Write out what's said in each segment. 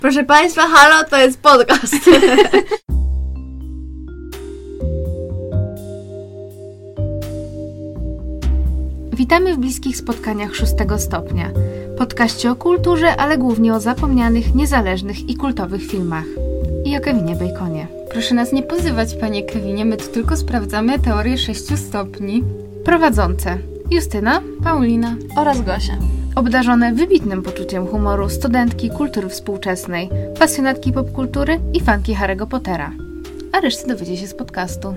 Proszę Państwa, halo, to jest podcast. Witamy w bliskich spotkaniach 6 stopnia. Podcaście o kulturze, ale głównie o zapomnianych, niezależnych i kultowych filmach. I o Kevinie Baconie. Proszę nas nie pozywać, panie Kevinie, my tu tylko sprawdzamy teorię 6 stopni. Prowadzące: Justyna, Paulina Oraz Gosia. Obdarzone wybitnym poczuciem humoru studentki kultury współczesnej, pasjonatki popkultury i fanki Harry'ego Pottera. A resztę dowiecie się z podcastu.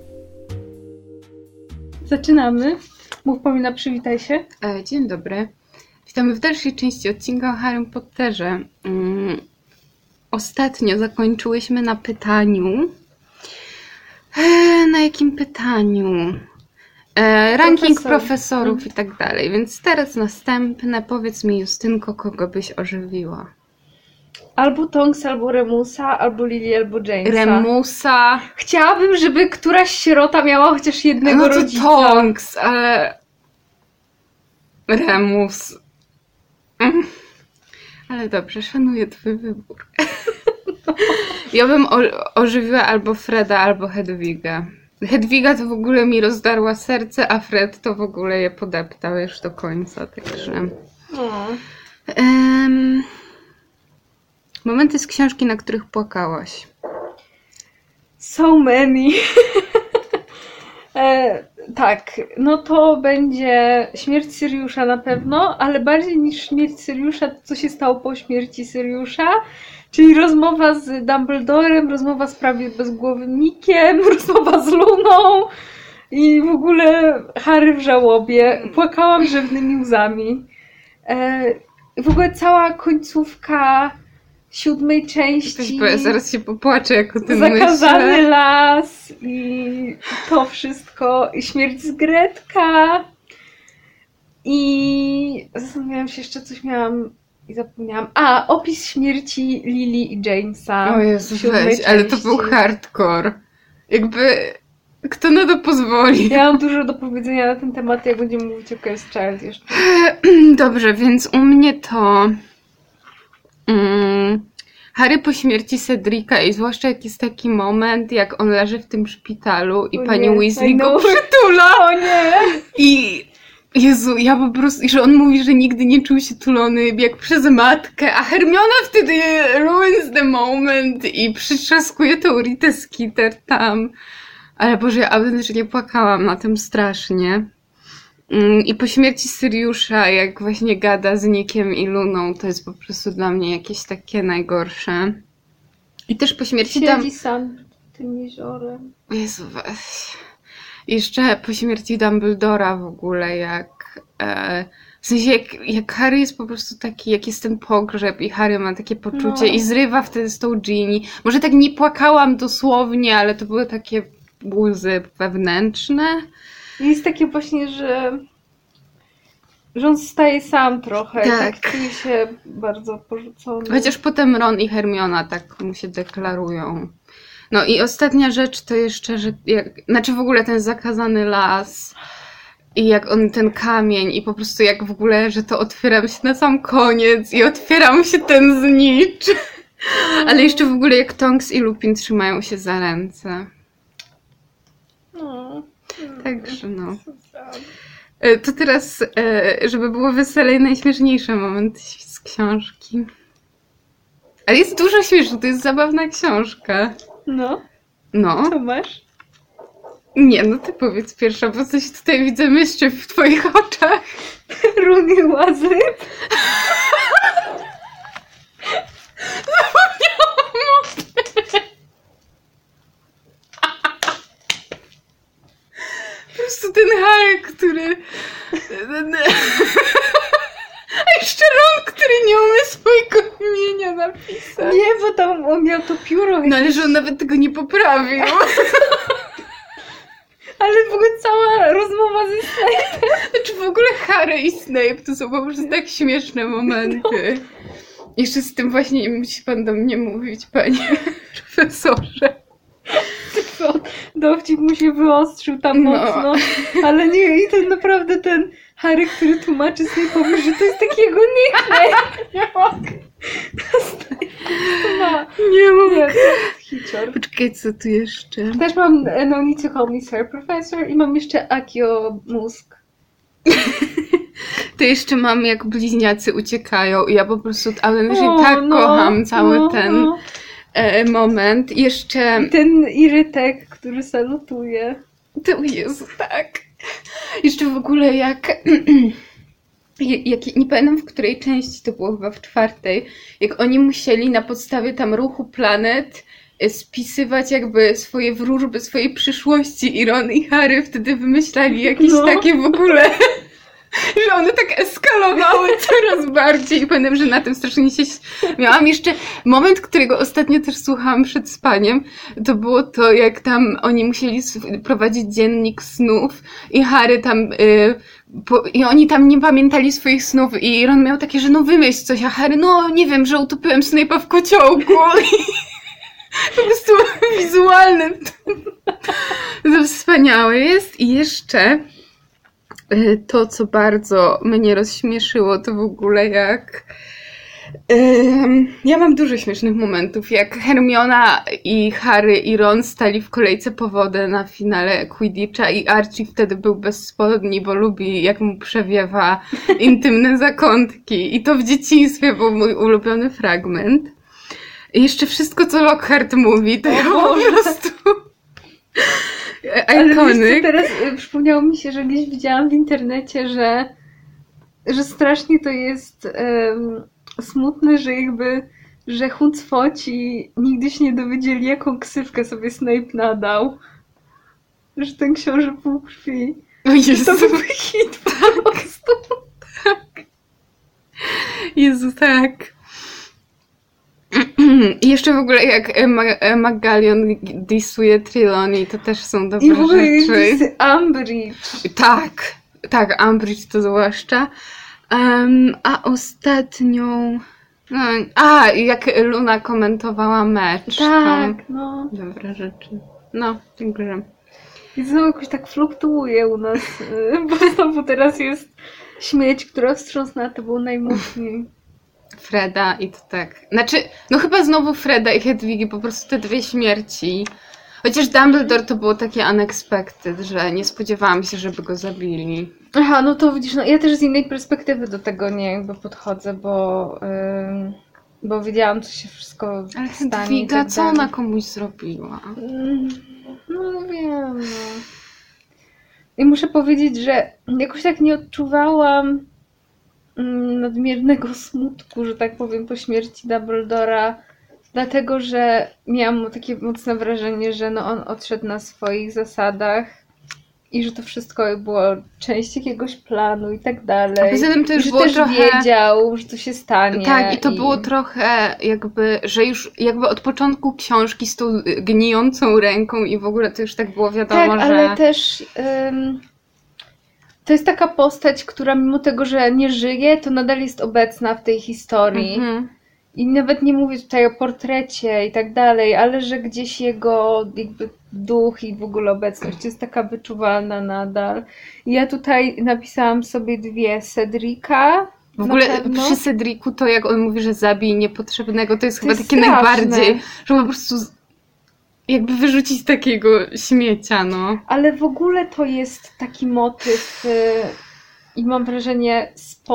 Zaczynamy. Mów, Paulina, przywitaj się. Dzień dobry. Witamy w dalszej części odcinka o Harrym Potterze. Ostatnio zakończyłyśmy na pytaniu. Na jakim pytaniu? Ranking profesorów i tak dalej. Więc teraz następne. Powiedz mi, Justynko, kogo byś ożywiła? Albo Tonks, albo Remusa, albo Lily, albo Jamesa. Remusa. Chciałabym, żeby któraś sierota miała chociaż jednego rodzica. Tonks, ale... Remus. Ale dobrze, szanuję twój wybór. Ja bym ożywiła albo Freda, albo Hedwiga. Hedwiga to w ogóle mi rozdarła serce, a Fred to w ogóle je podeptał już do końca, także... Momenty z książki, na których płakałaś. So many. Tak, no to będzie śmierć Syriusza na pewno, ale bardziej niż śmierć Syriusza, to co się stało po śmierci Syriusza, czyli rozmowa z Dumbledorem, rozmowa z prawie bezgłowym Nickiem, rozmowa z Luną i w ogóle Harry w żałobie. Płakałam rzewnymi łzami. W ogóle cała końcówka 7 części. Bo ja zaraz się popłaczę, jak o tym Zakazany myślę. las i to wszystko. I śmierć z Gretka. I zastanawiałam się, jeszcze coś miałam i zapomniałam. Opis śmierci Lily i Jamesa. O Jezu, weź, ale to był hardcore. Jakby... Kto na to pozwoli? Ja mam dużo do powiedzenia na ten temat, jak będziemy mówić o Cursed Child jeszcze. Dobrze, więc u mnie to... Harry po śmierci Cedrika i zwłaszcza jak jest taki moment, jak on leży w tym szpitalu i pani Weasley go przytula. O nie! I Jezu, ja po prostu, że on mówi, że nigdy nie czuł się tulony jak przez matkę, a Hermiona wtedy ruins the moment i przytrzaskuje tą Ritę Skeeter tam. Ale Boże, ja autentycznie płakałam na tym strasznie. I po śmierci Syriusza, jak właśnie gada z Nickiem i Luną, to jest po prostu dla mnie jakieś takie najgorsze. I też po śmierci Siedzi sam tym jeziorem. Jezu, weź. Jeszcze po śmierci Dumbledora w ogóle, w sensie jak Harry jest po prostu taki, jak jest ten pogrzeb i Harry ma takie poczucie i zrywa wtedy z tą Ginny. Może tak nie płakałam dosłownie, ale to były takie łzy wewnętrzne. Jest takie właśnie, że on staje sam trochę. Tak czuje się bardzo porzucony. Chociaż potem Ron i Hermiona tak mu się deklarują. No i ostatnia rzecz to jeszcze, że w ogóle ten zakazany las i jak on ten kamień i po prostu jak w ogóle, że to otwiera się na sam koniec i otwiera mu się ten znicz. Ale jeszcze w ogóle jak Tonks i Lupin trzymają się za ręce. Także no. To teraz, żeby było weselej, najśmieszniejszy moment z książki. Ale jest dużo śmiesznych, to jest zabawna książka. No. Co masz? Nie, no ty powiedz pierwsza, bo coś tutaj widzę mischief w twoich oczach. Runy łazy. Zapomniałam o tym. Po prostu ten Harry, który... A jeszcze Ron, który nie umie swojego imienia napisać. Nie, bo tam on miał to pióro. No ale że on nawet tego nie poprawił. Ale w ogóle cała rozmowa ze Snape'em. Znaczy w ogóle Harry i Snape to są po prostu tak śmieszne momenty. Jeszcze z tym właśnie musi pan do mnie mówić, panie profesorze. Dowcip mu się wyostrzył tam mocno. Ale nie, i ten naprawdę ten Harry, który tłumaczy Snape'owi, że to jest taki jego nickname. Nie mogę. Nie mogę. Nie, to jest hicior. Poczekaj, co tu jeszcze? Też mam No Need to Call Me Sir Professor i mam jeszcze Akio Mózg. To jeszcze mam, jak bliźniacy uciekają i ja po prostu Alan tak kocham cały ten moment. Jeszcze... Ten Irytek, który salutuje. To Jezu, tak. Jeszcze w ogóle jak nie pamiętam w której części to było, chyba w 4, jak oni musieli na podstawie tam ruchu planet spisywać jakby swoje wróżby, swojej przyszłości i Ron i Harry wtedy wymyślali jakieś takie w ogóle, że one tak eskalowały coraz bardziej i pamiętam, że na tym strasznie się miałam. Jeszcze moment, którego ostatnio też słuchałam przed spaniem, to było to, jak tam oni musieli prowadzić dziennik snów i Harry tam i oni tam nie pamiętali swoich snów i Ron miał takie, że no wymyśl coś, a Harry, no nie wiem, że utopiłem Snape'a w kociołku. Po prostu wizualne. To wspaniałe jest. I jeszcze to, co bardzo mnie rozśmieszyło, to w ogóle jak... Ja mam dużo śmiesznych momentów, jak Hermiona i Harry i Ron stali w kolejce po wodę na finale Quidditcha i Archie wtedy był bez spodni, bo lubi, jak mu przewiewa intymne zakątki. I to w dzieciństwie był mój ulubiony fragment. I jeszcze wszystko, co Lockhart mówi, to ja po prostu... Ale teraz przypomniało mi się, że gdzieś widziałam w internecie, że strasznie to jest smutne, że jakby, że Huncwoci nigdy się nie dowiedzieli, jaką ksywkę sobie Snape nadał. Że ten książę półkrwi. O Jezu. To był hit po prostu. Tak. Jezu, tak. I jeszcze w ogóle jak McGallion disuje Trelawney, to też są dobre rzeczy. I w ogóle rzeczy. Umbridge. Tak, Umbridge to zwłaszcza. A ostatnią... jak Luna komentowała mecz. Tak, Dobre rzeczy. No, dziękuję. I znowu jakoś tak fluktuuje u nas, bo znowu teraz jest śmieć, która wstrząsnęła, to było najmocniej. Freda i to tak. Znaczy, no chyba znowu Freda i Hedwigi, po prostu te dwie śmierci. Chociaż Dumbledore to było takie unexpected, że nie spodziewałam się, żeby go zabili. Aha, no to widzisz, no ja też z innej perspektywy do tego nie jakby podchodzę, bo wiedziałam, co się wszystko stanie. Ale Hedwiga, co ona komuś zrobiła? No wiem, no. I muszę powiedzieć, że jakoś tak nie odczuwałam nadmiernego smutku, że tak powiem, po śmierci Dumbledora, dlatego, że miałam takie mocne wrażenie, że no on odszedł na swoich zasadach i że to wszystko było część jakiegoś planu i tak dalej. A poza tym to już że było też trochę... wiedział, że to się stanie. Tak, i to było trochę jakby, że już jakby od początku książki z tą gnijącą ręką i w ogóle to już tak było wiadomo, tak, że... ale też... To jest taka postać, która mimo tego, że nie żyje, to nadal jest obecna w tej historii. Mhm. I nawet nie mówię tutaj o portrecie i tak dalej, ale że gdzieś jego jakby duch i w ogóle obecność jest taka wyczuwalna nadal. I ja tutaj napisałam sobie 2 Cedrica. W ogóle przy Cedricu to jak on mówi, że zabij niepotrzebnego, to jest chyba takie straszne. Najbardziej, że po prostu jakby wyrzucić takiego śmiecia, no. Ale w ogóle to jest taki motyw i mam wrażenie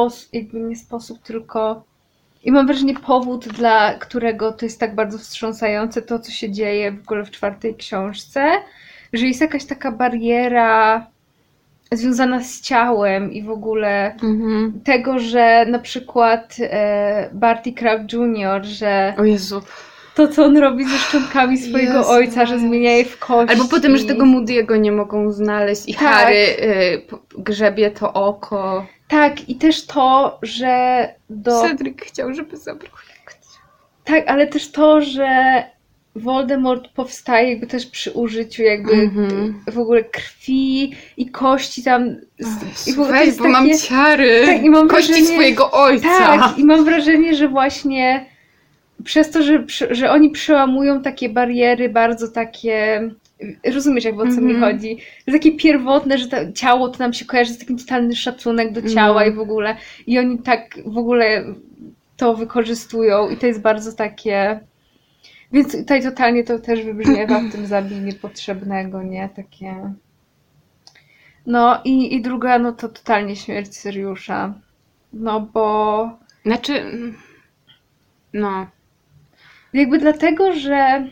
i mam wrażenie powód, dla którego to jest tak bardzo wstrząsające to, co się dzieje w ogóle w 4. książce, że jest jakaś taka bariera związana z ciałem i w ogóle tego, że na przykład Barty Crouch Jr., że o Jezu. to, co on robi ze szczątkami swojego ojca, że zmienia je w kości. Albo potem, że tego Moody'ego nie mogą znaleźć i tak. Harry grzebie to oko. Tak, i też to, że Cedric chciał, żeby zabrał. Tak, ale też to, że Voldemort powstaje jakby też przy użyciu jakby w ogóle krwi i kości tam. I w ogóle bo takie... mam ciary. Tak, i mam kości wrażenie, swojego ojca. Tak, i mam wrażenie, że właśnie przez to, że oni przełamują takie bariery bardzo takie... Rozumiesz jakby o co mi chodzi? Że takie pierwotne, że to ciało to nam się kojarzy z takim totalny szacunek do ciała i w ogóle. I oni tak w ogóle to wykorzystują i to jest bardzo takie... Więc tutaj totalnie to też wybrzmiewa w tym zabij niepotrzebnego, nie? Takie... No i druga, no to totalnie śmierć Syriusza. No bo... Znaczy... No... Jakby dlatego, że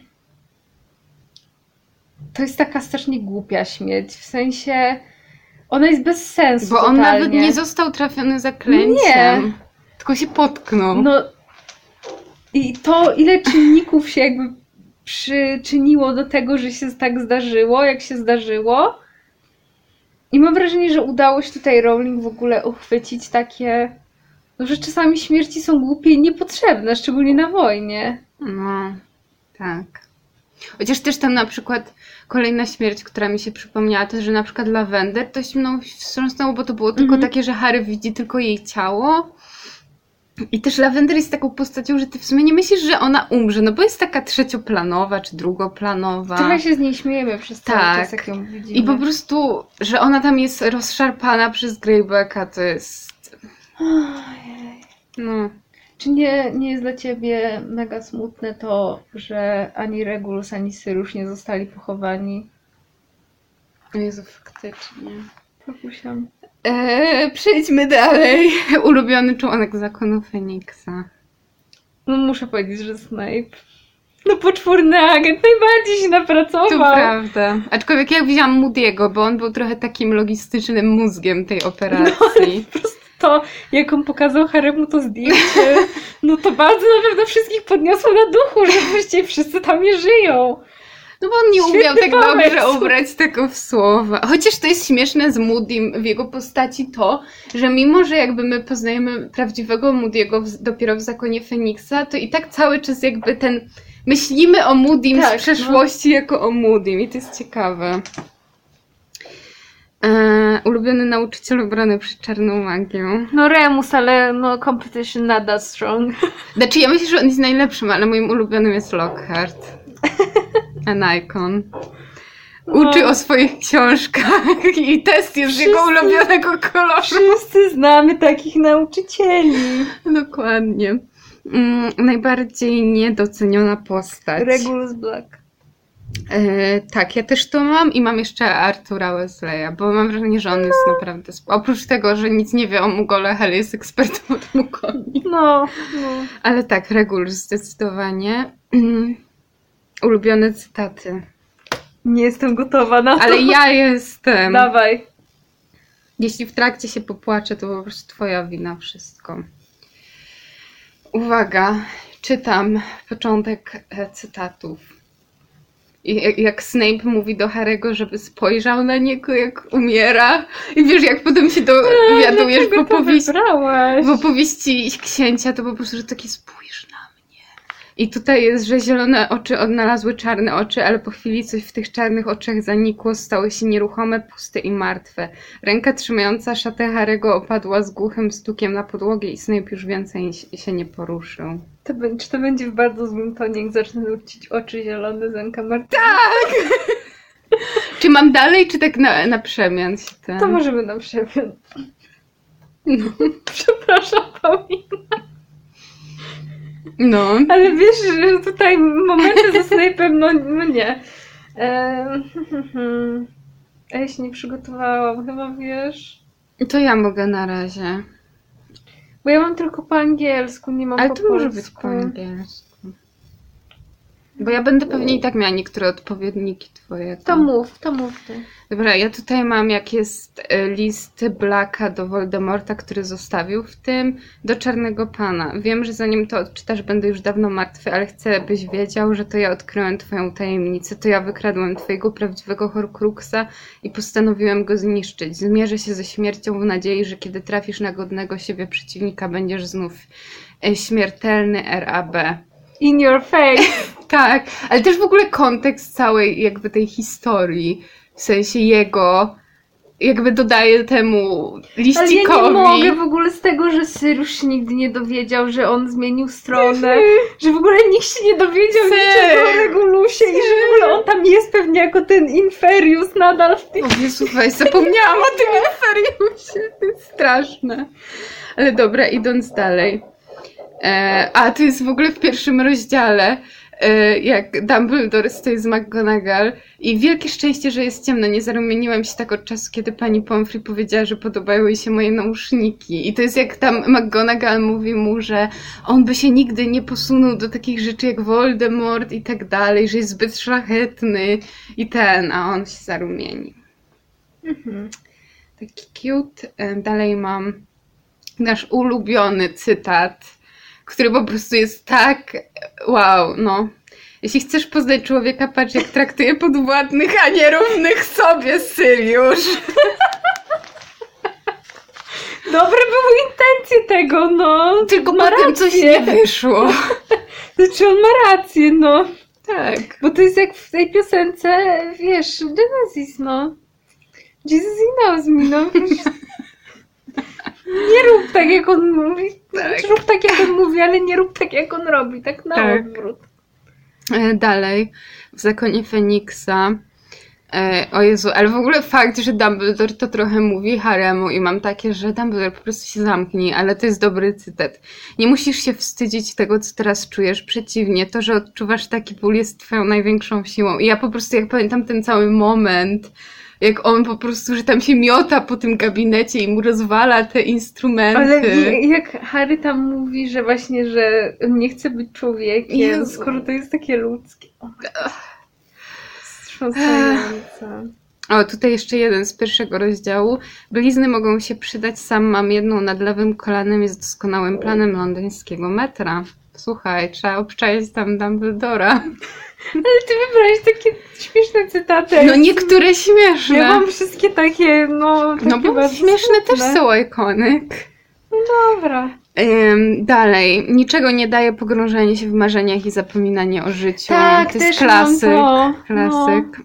to jest taka strasznie głupia śmierć. W sensie ona jest bez sensu. Bo on totalnie. nawet nie został trafiony zaklęciem. Nie. Tylko się potknął. No i to ile czynników się jakby przyczyniło do tego, że się tak zdarzyło, jak się zdarzyło. I mam wrażenie, że udało się tutaj Rowling w ogóle uchwycić takie, no, że czasami śmierci są głupie i niepotrzebne, szczególnie na wojnie. No, tak. Chociaż też tam na przykład kolejna śmierć, która mi się przypomniała, to że na przykład Lavender to się mną wstrząsnęło, bo to było tylko takie, że Harry widzi tylko jej ciało. I też Lavender jest taką postacią, że ty w sumie nie myślisz, że ona umrze, no bo jest taka trzecioplanowa czy drugoplanowa. Trochę się z niej śmiejemy przez cały Tak. czas, jak ją widzimy. I po prostu, że ona tam jest rozszarpana przez Greybacka, to jest... Ojej. No. Czy nie jest dla ciebie mega smutne to, że ani Regulus, ani Syrusz nie zostali pochowani? O Jezu, faktycznie. Propusiam. Przejdźmy dalej. Ulubiony członek zakonu Feniksa. No muszę powiedzieć, że Snape. No poczwórny agent najbardziej się napracował. To prawda. Aczkolwiek ja widziałam Moody'ego, bo on był trochę takim logistycznym mózgiem tej operacji. Po prostu to, jak on pokazał Harrymu to zdjęcie, no to bardzo na pewno wszystkich podniosło na duchu, że właściwie wszyscy tam nie żyją. No bo on nie Świetny umiał tak pomysł. dobrze ubrać tego w słowa. Chociaż to jest śmieszne z Moodym w jego postaci to, że mimo, że jakby my poznajemy prawdziwego Moody'ego dopiero w zakonie Feniksa, to i tak cały czas jakby myślimy o Moodym Tak, z przeszłości jako o Moodym i to jest ciekawe. Ulubiony nauczyciel obrony przed czarną magią. No Remus, ale no competition not that strong. Znaczy ja myślę, że on jest najlepszym, ale moim ulubionym jest Lockhart. An icon. Uczy o swoich książkach i test jest z jego ulubionego koloru. Wszyscy znamy takich nauczycieli. Dokładnie. Najbardziej niedoceniona postać. Regulus Black. Tak, ja też to mam i mam jeszcze Artura Wesleya, bo mam wrażenie, że on jest naprawdę... Oprócz tego, że nic nie wie o Mugolach, ale jest ekspertem od Mugoli. No. Ale tak, Regulus zdecydowanie. Ulubione cytaty. Nie jestem gotowa na to. Ale ja jestem. Dawaj. Jeśli w trakcie się popłaczę, to po prostu twoja wina wszystko. Uwaga, czytam początek cytatów. I jak Snape mówi do Harry'ego, żeby spojrzał na niego, jak umiera. I wiesz, jak potem się dowiadujesz w opowieści księcia, to po prostu, że takie spójrz na mnie. I tutaj jest, że zielone oczy odnalazły czarne oczy, ale po chwili coś w tych czarnych oczach zanikło, stały się nieruchome, puste i martwe. Ręka trzymająca szatę Harry'ego opadła z głuchym stukiem na podłogę i Snape już więcej się nie poruszył. Czy to będzie w bardzo złym tonie, jak zacznę nucić oczy zielone z Anka Martina? Tak! Czy mam dalej, czy tak na przemian się ten? To możemy na przemian. No. Przepraszam, Paulina. No. Ale wiesz, że tutaj momenty ze Snape'em, no nie. A ja się nie przygotowałam, chyba wiesz. To ja mogę na razie. Bo ja mam tylko po angielsku, nie mam Ale po to polsku. może być po angielsku. Bo ja będę pewnie i tak miała niektóre odpowiedniki twoje. To mów ty. Dobra, ja tutaj mam, jak jest list Blacka do Voldemorta, który zostawił w tym, do Czarnego Pana. Wiem, że zanim to odczytasz, będę już dawno martwy, ale chcę, byś wiedział, że to ja odkryłem twoją tajemnicę, to ja wykradłem twojego prawdziwego Horcruxa i postanowiłem go zniszczyć. Zmierzę się ze śmiercią w nadziei, że kiedy trafisz na godnego siebie przeciwnika, będziesz znów śmiertelny RAB. In your face. Tak, ale też w ogóle kontekst całej jakby tej historii, w sensie jego, jakby dodaje temu liścikowi. Ale ja nie mogę w ogóle z tego, że Syrusz się nigdy nie dowiedział, że on zmienił stronę, że w ogóle nikt się nie dowiedział niczego o Regulusie i że w ogóle on tam jest pewnie jako ten Inferius nadal w tym. O Jezu, weź, zapomniałam o tym Inferiusie, to jest straszne. Ale dobra, idąc dalej. A to jest w ogóle w pierwszym rozdziale, jak Dumbledore stoi z McGonagall i wielkie szczęście, że jest ciemno. Nie zarumieniłam się tak od czasu, kiedy pani Pomfrey powiedziała, że podobają jej się moje nauszniki. I to jest jak tam McGonagall mówi mu, że on by się nigdy nie posunął do takich rzeczy jak Voldemort i tak dalej, że jest zbyt szlachetny a on się zarumieni. Taki cute. Dalej mam nasz ulubiony cytat, który po prostu jest tak wow, no. Jeśli chcesz poznać człowieka, patrz jak traktuje podwładnych, a nie równych sobie, Syriusz. Dobre były intencje tego, no. Tylko potem coś nie wyszło. Znaczy on ma rację, no. Tak. Bo to jest jak w tej piosence, wiesz, Genesis, no. Jesus he knows me, no. Nie rób tak, jak on mówi. Tak. Rób tak, jak on mówi, ale nie rób tak, jak on robi. Tak na odwrót. Dalej, w Zakonie Feniksa. O Jezu, ale w ogóle fakt, że Dumbledore to trochę mówi Haremu i mam takie, że Dumbledore po prostu się zamknij, ale to jest dobry cytat. Nie musisz się wstydzić tego, co teraz czujesz. Przeciwnie, to, że odczuwasz taki ból jest twoją największą siłą. I ja po prostu, jak pamiętam ten cały moment, jak on po prostu, że tam się miota po tym gabinecie i mu rozwala te instrumenty. Ale jak Harry tam mówi, że właśnie, że nie chce być człowiekiem, Jezu. skoro to jest takie ludzkie. Wstrząsające. O, tutaj jeszcze jeden z pierwszego rozdziału. Blizny mogą się przydać, sam mam jedną nad lewym kolanem, jest doskonałym planem londyńskiego metra. Słuchaj, trzeba obczaić tam Dumbledora. Ale ty wybrałeś takie śmieszne cytaty. No niektóre śmieszne. Ja mam wszystkie takie, no... Takie No bo bardzo śmieszne smutne. też są ikonik. Dobra. Dalej. Niczego nie daje pogrążenie się w marzeniach i zapominanie o życiu. Tak, to jest też klasyk. mam to. Klasyk.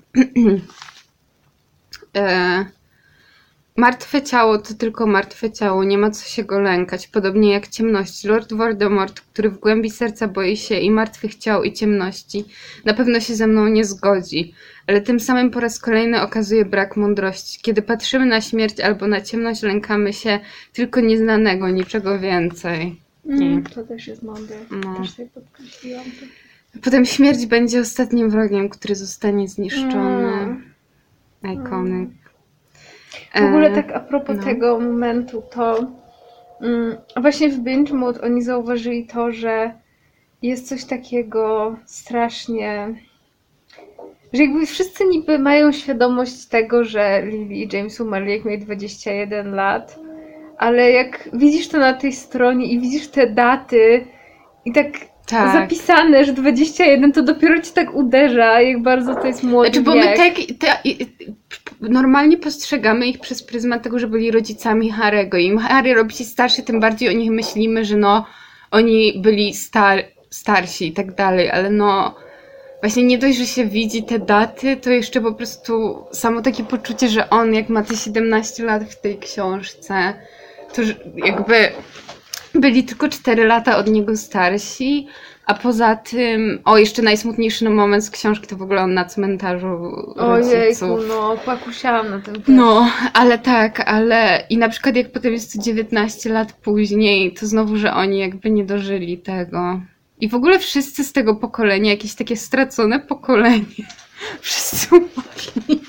Martwe ciało to tylko martwe ciało, nie ma co się go lękać. Podobnie jak ciemności. Lord Voldemort, który w głębi serca boi się i martwych ciał, i ciemności, na pewno się ze mną nie zgodzi. Ale tym samym po raz kolejny okazuje brak mądrości. Kiedy patrzymy na śmierć albo na ciemność, lękamy się tylko nieznanego, niczego więcej. To też jest mądre. No. Też sobie podkreśliłam to. Potem śmierć będzie ostatnim wrogiem, który zostanie zniszczony. Ikonik. W ogóle tak a propos no. tego momentu, to właśnie w Binge Mood oni zauważyli to, że jest coś takiego strasznie, że jakby wszyscy niby mają świadomość tego, że Lily i James umarli jak mieli 21 lat, ale jak widzisz to na tej stronie i widzisz te daty i tak zapisane, że 21, to dopiero ci tak uderza, jak bardzo to jest młody Znaczy, bo wiek. my normalnie postrzegamy ich przez pryzmat tego, że byli rodzicami Harry'ego. I im Harry robi się starszy, tym bardziej o nich myślimy, że no, oni byli starsi i tak dalej, ale no właśnie nie dość, że się widzi te daty, to jeszcze po prostu samo takie poczucie, że on jak ma te 17 lat w tej książce, to jakby byli tylko 4 lata od niego starsi, a poza tym, jeszcze najsmutniejszy moment z książki to w ogóle on na cmentarzu rodziców. Ojejku, no, płakusiałam na tym też. No, ale i na przykład jak potem jest to 19 lat później, to znowu, że oni jakby nie dożyli tego. I w ogóle wszyscy z tego pokolenia, jakieś takie stracone pokolenie, wszyscy umarli.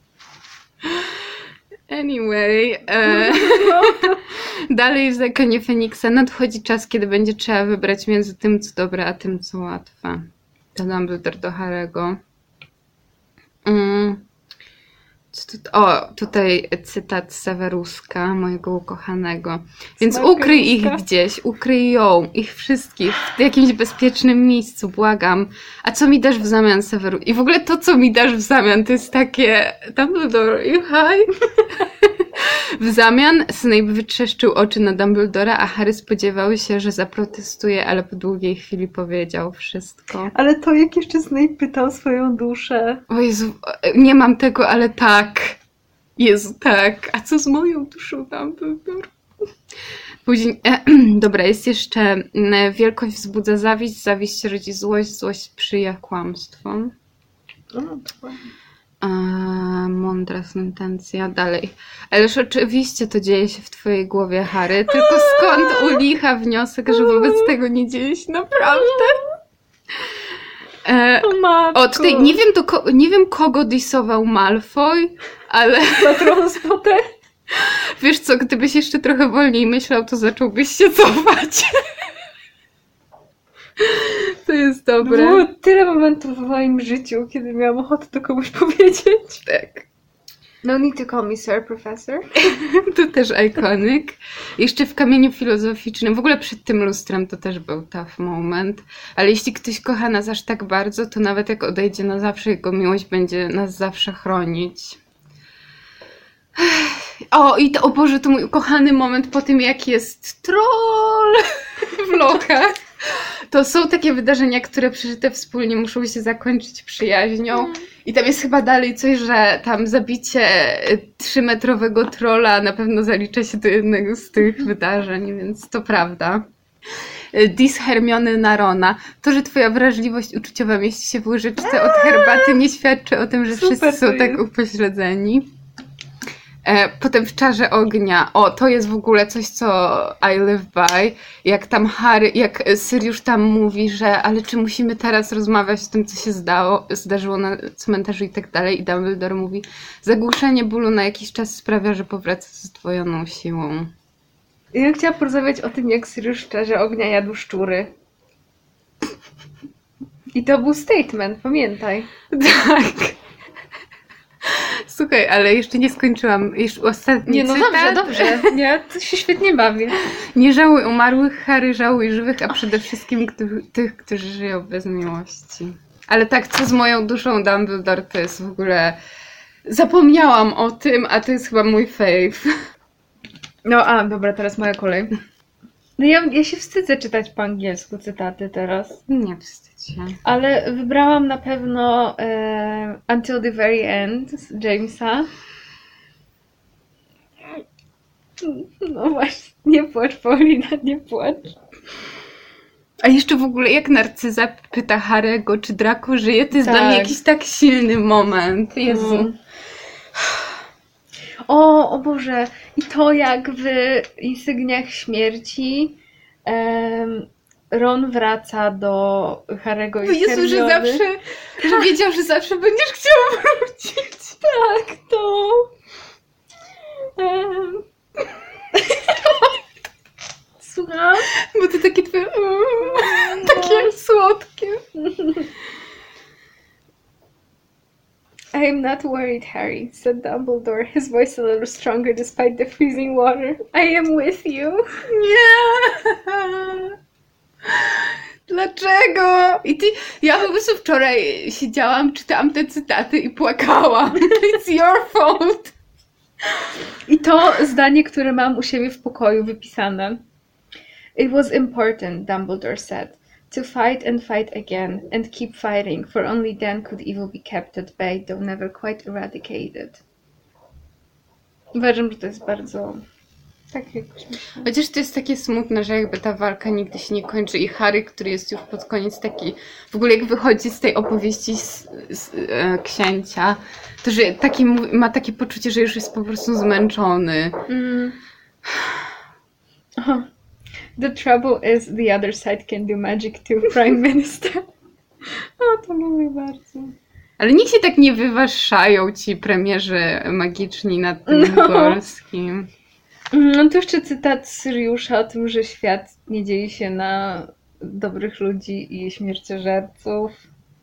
Anyway, dalej w Zakonie Feniksa nadchodzi czas, kiedy będzie trzeba wybrać między tym, co dobre, a tym, co łatwe. To Dumbledore do Harry'ego. Tutaj cytat Severuska, mojego ukochanego. Więc ukryj ich gdzieś, ukryj ją, ich wszystkich w jakimś bezpiecznym miejscu, błagam. A co mi dasz w zamian, Severus? I w ogóle to, co mi dasz w zamian, to jest takie Dumbledore, you hide? W zamian Snape wytrzeszczył oczy na Dumbledora, a Harry spodziewał się, że zaprotestuje, ale po długiej chwili powiedział wszystko. Ale to, jak jeszcze Snape pytał swoją duszę. O Jezu, nie mam tego, ale tak. Jezu, tak. A co z moją duszą, Dumbledore? Później, dobra, jest jeszcze wielkość wzbudza zawiść, zawiść rodzi złość, złość sprzyja kłamstwom. Mądra sentencja. Dalej. Ależ oczywiście to dzieje się w twojej głowie, Harry. Tylko skąd u licha wniosek, że wobec tego nie dzieje się naprawdę? Tutaj nie wiem kogo disował Malfoy, ale... Patronus Potter? Wiesz co, gdybyś jeszcze trochę wolniej myślał, to zacząłbyś się cofać. To jest dobre. Było tyle momentów w moim życiu, kiedy miałam ochotę to komuś powiedzieć. Tak. No need to call me sir, professor. To też iconic. Jeszcze w Kamieniu Filozoficznym, w ogóle przed tym lustrem to też był tough moment. Ale jeśli ktoś kocha nas aż tak bardzo, to nawet jak odejdzie na zawsze, jego miłość będzie nas zawsze chronić. O Boże, to mój ukochany moment po tym, jak jest troll w lochach. To są takie wydarzenia, które przeżyte wspólnie muszą się zakończyć przyjaźnią. I tam jest chyba dalej coś, że tam zabicie 3-metrowego trolla na pewno zalicza się do jednego z tych wydarzeń, więc to prawda. Dis Hermiony na Rona. To, że twoja wrażliwość uczuciowa mieści się w łyżeczce od herbaty, nie świadczy o tym, że wszyscy są tak upośledzeni. Potem w Czarze Ognia. To jest w ogóle coś, co I live by. Jak tam jak Syriusz tam mówi, że ale czy musimy teraz rozmawiać o tym, co się zdarzyło na cmentarzu i tak dalej. I Dumbledore mówi, zagłuszenie bólu na jakiś czas sprawia, że powraca z zdwojoną siłą. Ja chciałam porozmawiać o tym, jak Syriusz w Czarze Ognia jadł szczury. I to był statement, pamiętaj. Tak. Słuchaj, ale jeszcze nie skończyłam. Jeszcze ostatni cytat. Dobrze. Ja to się świetnie bawię. Nie żałuj umarłych, Harry, żałuj żywych, a przede wszystkim tych, którzy żyją bez miłości. Ale tak, co z moją duszą Dumbledore, to jest w ogóle... Zapomniałam o tym, a to jest chyba mój fave. Dobra, teraz moja kolej. No ja się wstydzę czytać po angielsku cytaty teraz. Nie wstydź się. Ale wybrałam na pewno Until the Very End z Jamesa. No właśnie, nie płacz, Paulina, nie płacz. A jeszcze w ogóle jak Narcyza pyta Harry'ego, czy Draco żyje, to jest dla mnie jakiś tak silny moment. Jezu. O Boże, i to jak w Insygniach Śmierci Ron wraca do Harry'ego i Jezu, że wiedział, że zawsze będziesz chciał wrócić. Tak, to... Słucham? Bo to takie twoje... takie słodkie. I am not worried, Harry, said Dumbledore, his voice a little stronger despite the freezing water. I am with you. Nie! Dlaczego? Ja po prostu wczoraj siedziałam, czytałam te cytaty i płakałam. It's your fault. I to zdanie, które mam u siebie w pokoju wypisane. It was important, Dumbledore said, to fight and fight again and keep fighting, for only then could evil be kept at bay, though never quite eradicated. Uważam, że to jest bardzo... Tak jakoś myślę. Chociaż to jest takie smutne, że jakby ta walka nigdy się nie kończy i Harry, który jest już pod koniec taki... W ogóle jak wychodzi z tej opowieści z księcia, to że ma takie poczucie, że już jest po prostu zmęczony. The trouble is the other side can do magic too, Prime Minister. To lubię bardzo. Ale nikt się tak nie wywaszają ci premierzy magiczni nad tym polskim. No to jeszcze cytat Syriusza o tym, że świat nie dzieje się na dobrych ludzi i śmierciożerców.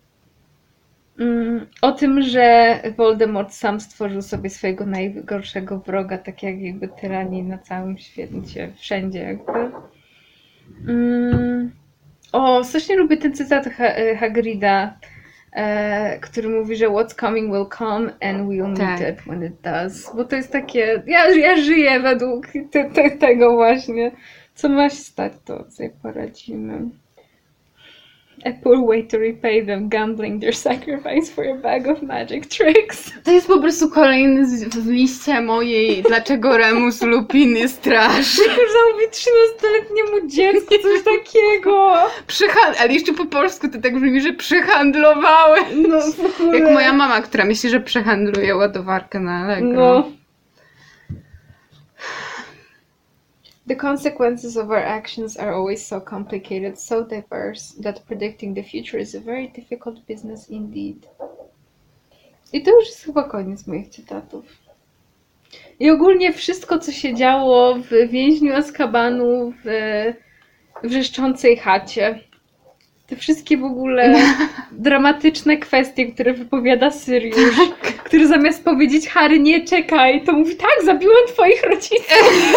O tym, że Voldemort sam stworzył sobie swojego najgorszego wroga, tak jak jakby tyranii na całym świecie, wszędzie jakby. Strasznie lubię ten cytat Hagrida, który mówi, że what's coming will come and we'll meet it when it does. Bo to jest takie, ja żyję według tego właśnie. Co ma się stać, to sobie poradzimy. A poor way to repay them, gambling their sacrifice for a bag of magic tricks. To jest po prostu kolejny w liście mojej dlaczego Remus Lupin jest trash. Już zamówić 13-letniemu dziecku coś takiego. Ale jeszcze po polsku to tak brzmi, że przehandlowały. No w ogóle. Jak moja mama, która myśli, że przehandluje ładowarkę na Allegro. No. The consequences of our actions are always so complicated, so diverse, that predicting the future is a very difficult business indeed. I to już jest chyba koniec moich cytatów. I ogólnie wszystko, co się działo w więźniu Azkabanu, w wrzeszczącej chacie. Te wszystkie w ogóle dramatyczne kwestie, które wypowiada Sirius, który zamiast powiedzieć Harry, nie czekaj, to mówi tak, zabiłem twoich rodziców.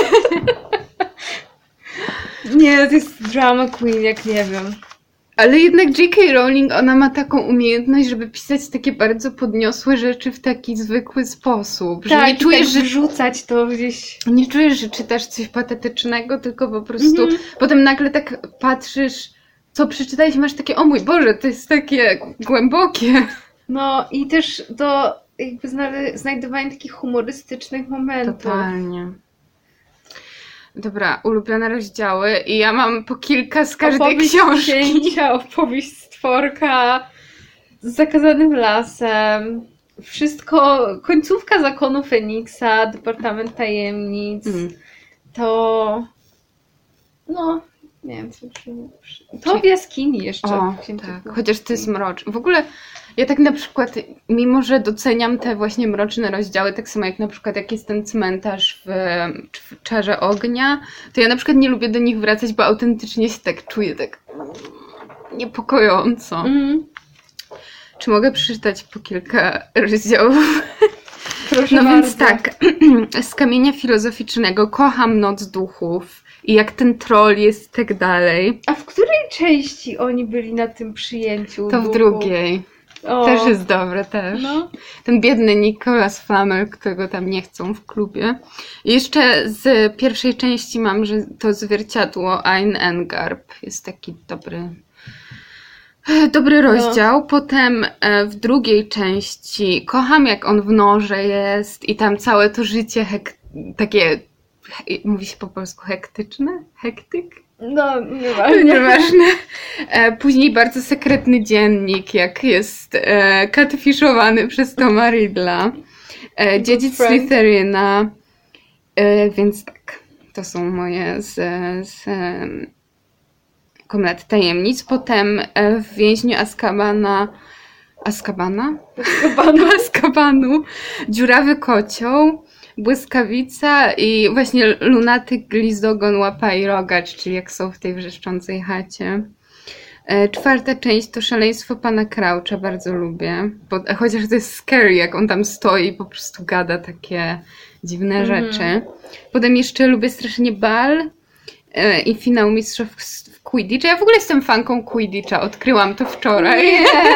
Nie, to jest drama queen, jak nie wiem. Ale jednak J.K. Rowling, ona ma taką umiejętność, żeby pisać takie bardzo podniosłe rzeczy w taki zwykły sposób. Że Tak, nie czujesz, tak że wrzucać to gdzieś. nie czujesz, że czytasz coś patetycznego, tylko po prostu potem nagle tak patrzysz, co przeczytałeś i masz takie, o mój Boże, to jest takie głębokie. No i też to jakby znajdowanie takich humorystycznych momentów. Totalnie. Dobra, ulubione rozdziały i ja mam po kilka z każdej Opowieść książki. księcia, opowieść stworka z zakazanym lasem. Wszystko, końcówka Zakonu Feniksa, Departament Tajemnic, to no, nie wiem, co to w jaskini jeszcze. O, tak, chociaż to jest mroczne. W ogóle ja tak na przykład, mimo że doceniam te właśnie mroczne rozdziały, tak samo jak na przykład jak jest ten cmentarz w Czarze Ognia, to ja na przykład nie lubię do nich wracać, bo autentycznie się tak czuję tak niepokojąco. Czy mogę przeczytać po kilka rozdziałów? Proszę no bardzo. Więc tak, z Kamienia Filozoficznego kocham Noc Duchów i jak ten troll jest i tak dalej. A w której części oni byli na tym przyjęciu? To w duchów? drugiej. O, Też jest dobre, też. no. Ten biedny Nicholas Flamel, którego tam nie chcą w klubie. I jeszcze z pierwszej części mam, że to zwierciadło Ain Engarb jest taki dobry rozdział. Potem w drugiej części kocham, jak on w Norze jest i tam całe to życie takie, mówi się po polsku hektyczne? Hektyk? No, nieważne. Nieważne. Później bardzo sekretny dziennik, jak jest catfishowany przez Toma Riddla. Dziedzic Slytheryna. Więc tak, to są moje z Komnaty Tajemnic. Potem w Więźniu Azkabanu Dziurawy Kocioł, Błyskawica i właśnie Lunatyk, Glizdogon, Łapa i Rogacz, czyli jak są w tej wrzeszczącej chacie. Czwarta część to Szaleństwo Pana Croucha, bardzo lubię, chociaż to jest scary, jak on tam stoi i po prostu gada takie dziwne rzeczy. Potem jeszcze lubię strasznie Bal i finał Mistrzostw Quidditcha. Ja w ogóle jestem fanką Quidditcha, odkryłam to wczoraj.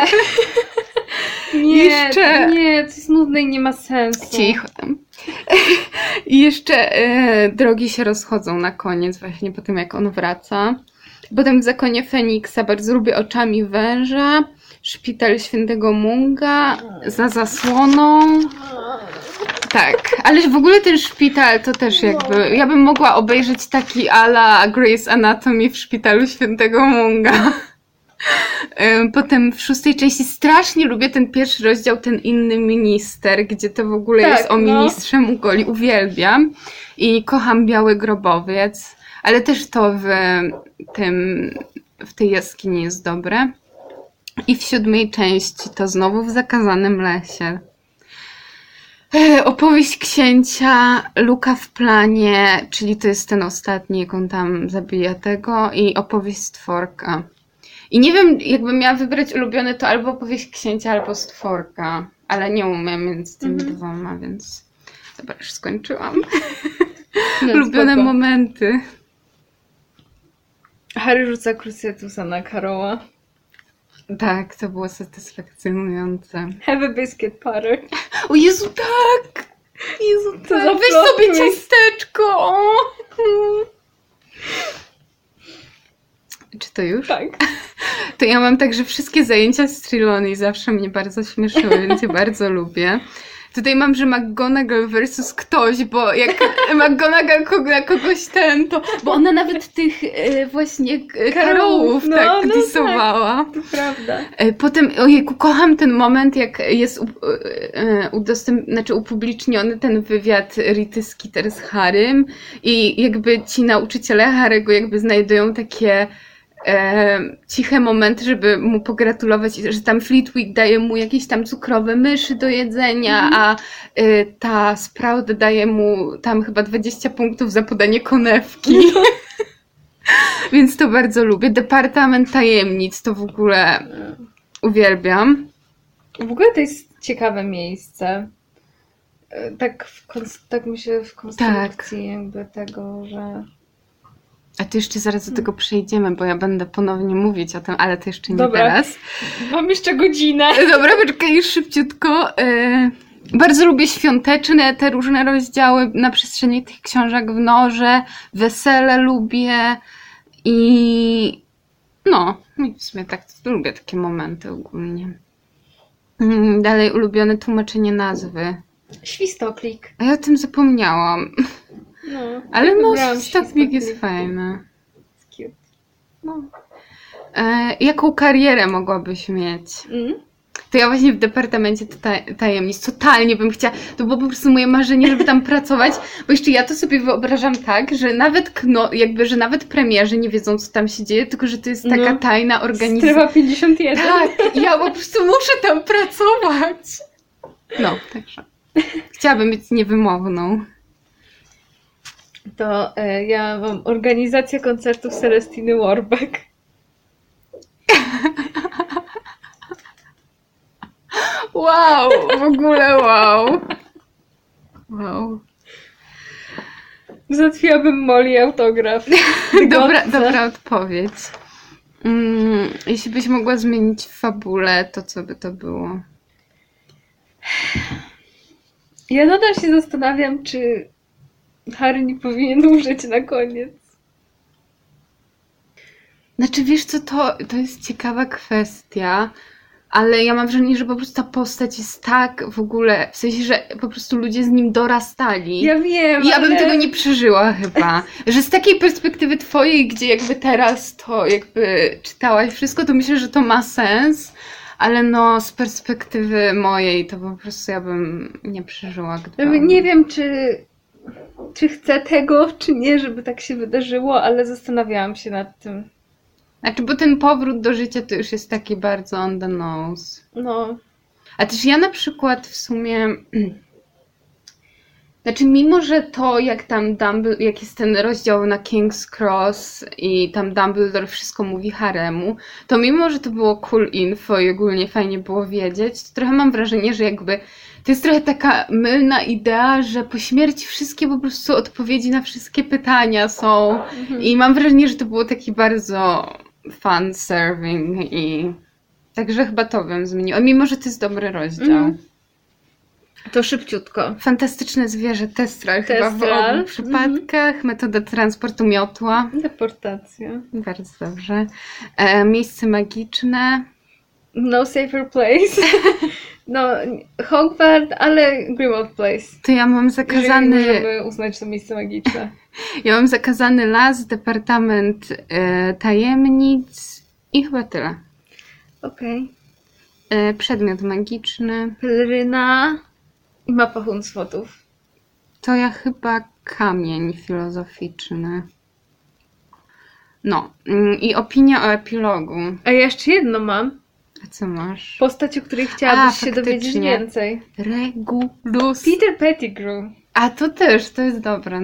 Nie, to jest nudne i nie ma sensu. Cicho tam. I jeszcze drogi się rozchodzą na koniec, właśnie po tym jak on wraca. Potem w Zakonie Feniksa bardzo lubię Oczami Węża, Szpital Świętego Munga, Za zasłoną. Tak, ale w ogóle ten szpital to też jakby... Ja bym mogła obejrzeć taki a la Grey's Anatomy w Szpitalu Świętego Munga. Potem w szóstej części strasznie lubię ten pierwszy rozdział, ten inny minister, gdzie to w ogóle jest o ministrze Mugoli. Uwielbiam. I kocham Biały Grobowiec, ale też to w tej jaskini jest dobre. I w siódmej części to znowu w Zakazanym Lesie. Opowieść księcia, Luka w planie, czyli to jest ten ostatni, jak on tam zabija tego, i opowieść stworka. I nie wiem, jakbym miała wybrać ulubione, to albo opowieść księcia, albo stworka, ale nie umiem między tymi dwoma, więc dobra, już skończyłam. Ulubione momenty. Harry rzuca Cruciatusa na Karoła. Tak, to było satysfakcjonujące. Have a biscuit, Potter. O Jezu, tak! Jezu, To tak! Weź sobie ciasteczko! Czy to już? Tak. To ja mam także wszystkie zajęcia z Trelawney zawsze mnie bardzo śmieszyły, więc je bardzo lubię. Tutaj mam, że McGonagall versus ktoś, bo jak McGonagall na kogoś to... Bo ona nawet tych właśnie Karolów tak disowała. Tak, to prawda. Potem, ojejku, kocham ten moment, jak jest upubliczniony ten wywiad Rity Skeeter z Harrym i jakby ci nauczyciele Harry'ego jakby znajdują takie ciche momenty, żeby mu pogratulować, że tam Flitwick daje mu jakieś tam cukrowe myszy do jedzenia, a ta Sprout daje mu tam chyba 20 punktów za podanie konewki. Więc to bardzo lubię. Departament Tajemnic to w ogóle uwielbiam. W ogóle to jest ciekawe miejsce. Tak myślę w konstrukcji jakby tego, że... A to jeszcze zaraz do tego przejdziemy, bo ja będę ponownie mówić o tym, ale to jeszcze nie Dobra. teraz. Mam jeszcze godzinę. Dobra, poczekaj, już szybciutko. Bardzo lubię świąteczne, te różne rozdziały na przestrzeni tych książek w Norze. Wesele lubię i w sumie tak lubię takie momenty ogólnie. Dalej ulubione tłumaczenie nazwy. Świstoklik. A ja o tym zapomniałam. No, ale Świstoklik jest fajny. Cute. No. Jaką karierę mogłabyś mieć? To ja właśnie w Departamencie Tajemnic totalnie bym chciała, to było po prostu moje marzenie, żeby tam pracować, bo jeszcze ja to sobie wyobrażam tak, że że nawet premierzy nie wiedzą, co tam się dzieje, tylko że to jest taka tajna organizacja. Strefa 51. Tak, ja po prostu muszę tam pracować. No, także chciałabym być niewymowną. To ja mam organizację koncertów Celestiny Warbeck. Wow, w ogóle wow. Wow. Załatwiłabym Molly autograf. Dobra odpowiedź. Jeśli byś mogła zmienić fabulę, to co by to było? Ja nadal się zastanawiam, czy Harry nie powinien umrzeć na koniec. Znaczy wiesz co, to jest ciekawa kwestia, ale ja mam wrażenie, że po prostu ta postać jest tak w ogóle, w sensie, że po prostu ludzie z nim dorastali. Ja wiem, I ja bym tego nie przeżyła chyba. Że z takiej perspektywy twojej, gdzie jakby teraz to jakby czytałaś wszystko, to myślę, że to ma sens, ale z perspektywy mojej to po prostu ja bym nie przeżyła. Nie wiem, czy chcę tego, czy nie, żeby tak się wydarzyło, ale zastanawiałam się nad tym. Znaczy, bo ten powrót do życia to już jest taki bardzo on the nose. No. A też ja na przykład w sumie... Znaczy, mimo że to, jak jest ten rozdział na King's Cross i tam Dumbledore wszystko mówi Haremu, to mimo, że to było cool info i ogólnie fajnie było wiedzieć, to trochę mam wrażenie, że jakby to jest trochę taka mylna idea, że po śmierci wszystkie po prostu odpowiedzi na wszystkie pytania są. I mam wrażenie, że to było taki bardzo fan serving i także chyba to bym zmieniła. Mimo, że to jest dobry rozdział. To szybciutko. Fantastyczne zwierzę, Testral chyba w obu przypadkach. Metoda transportu miotła. Deportacja. Bardzo dobrze. Miejsce magiczne. No safer place. Hogwarts, ale Grimmauld Place. To ja mam zakazany... Jeżeli możemy uznać to miejsce magiczne. Ja mam zakazany las, Departament Tajemnic i chyba tyle. Okej. Przedmiot magiczny. Peleryna i mapa Hunsfotów. To ja chyba kamień filozoficzny. I opinia o epilogu. A ja jeszcze jedno mam. A co masz? Postać, o której chciałabyś się dowiedzieć więcej. Regulus. Peter Pettigrew. A to też, to jest dobre,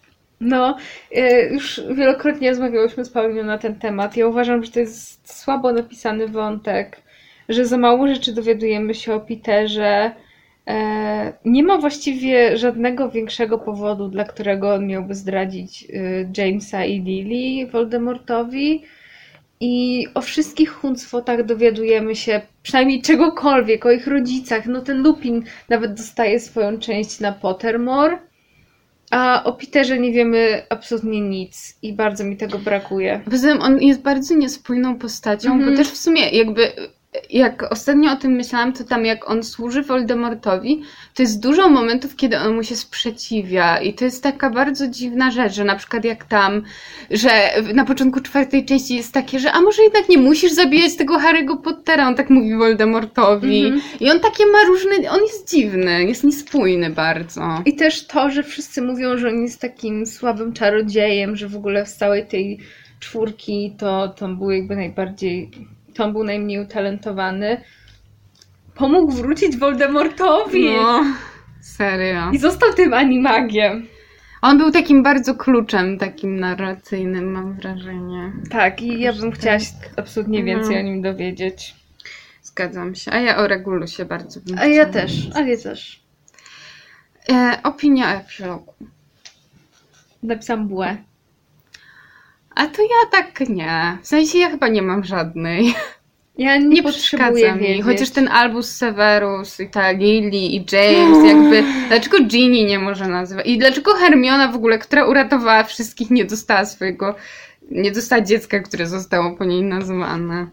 Już wielokrotnie rozmawiałyśmy z Pauliną na ten temat. Ja uważam, że to jest słabo napisany wątek, że za mało rzeczy dowiadujemy się o Peterze. Nie ma właściwie żadnego większego powodu, dla którego on miałby zdradzić Jamesa i Lily Voldemortowi. I o wszystkich Hunsfotach dowiadujemy się przynajmniej czegokolwiek, o ich rodzicach. Ten Lupin nawet dostaje swoją część na Pottermore. A o Peterze nie wiemy absolutnie nic i bardzo mi tego brakuje. Poza tym on jest bardzo niespójną postacią, bo też w sumie jakby jak ostatnio o tym myślałam, to tam jak on służy Voldemortowi, to jest dużo momentów, kiedy on mu się sprzeciwia i to jest taka bardzo dziwna rzecz, że na przykład jak tam, że na początku 4. części jest takie, że a może jednak nie musisz zabijać tego Harry'ego Pottera, on tak mówi Voldemortowi i on takie ma różne, on jest dziwny, jest niespójny bardzo. I też to, że wszyscy mówią, że on jest takim słabym czarodziejem, że w ogóle z całej tej 4 to on był jakby najbardziej... To on był najmniej utalentowany. Pomógł wrócić Voldemortowi. No, serio. I został tym animagiem. On był takim bardzo kluczem, takim narracyjnym, mam wrażenie. Tak, i ja bym chciała się absolutnie więcej o nim dowiedzieć. Zgadzam się. A ja o Regulusie bardzo bym A ja też. Opinia epilogu. Napisałam błę. A to ja tak nie. W sensie ja chyba nie mam żadnej. Ja nie potrzebuję mi. wiedzieć. Chociaż ten Albus Severus i ta Lily i James jakby... Dlaczego Ginny nie może nazywać? I dlaczego Hermiona w ogóle, która uratowała wszystkich, nie dostała dziecka, które zostało po niej nazwane?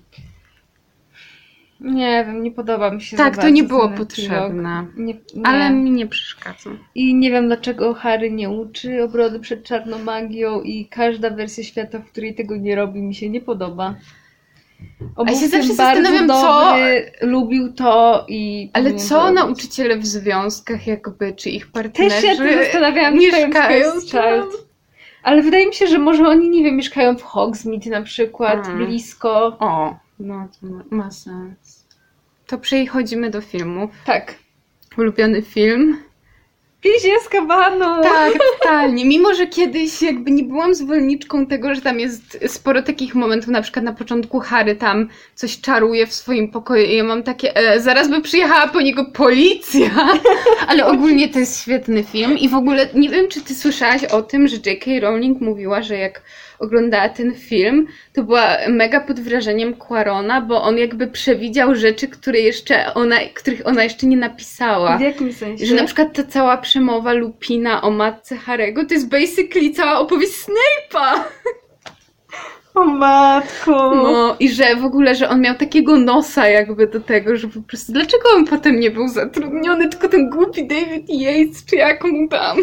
Nie wiem, nie podoba mi się. Tak, to nie było potrzebne. Nie. Ale mi nie przeszkadza. I nie wiem, dlaczego Harry nie uczy obrony przed czarną magią i każda wersja świata, w której tego nie robi, mi się nie podoba. A ja się zawsze zastanawiam, lubił to i... Ale co nauczyciele w związkach jakby, czy ich partnerzy też się zastanawiałam, mieszkają Ale wydaje mi się, że może oni, nie wiem, mieszkają w Hogsmeade na przykład, blisko. O, no to ma sens. To przechodzimy do filmów. Tak. Ulubiony film? Więzień z Azkabanu! Tak, totalnie. Mimo, że kiedyś jakby nie byłam zwolenniczką tego, że tam jest sporo takich momentów, na przykład na początku Harry tam coś czaruje w swoim pokoju i ja mam takie, zaraz by przyjechała po niego policja, ale ogólnie to jest świetny film i w ogóle nie wiem, czy ty słyszałaś o tym, że J.K. Rowling mówiła, że jak oglądała ten film, to była mega pod wrażeniem Cuarona, bo on jakby przewidział rzeczy, których ona jeszcze nie napisała. W jakim sensie? Że na przykład ta cała przemowa Lupina o matce Harry'ego to jest basically cała opowieść Snape'a. O matko! No i że w ogóle, że on miał takiego nosa jakby do tego, że po prostu dlaczego on potem nie był zatrudniony, tylko ten głupi David Yates, czy jak mu tam?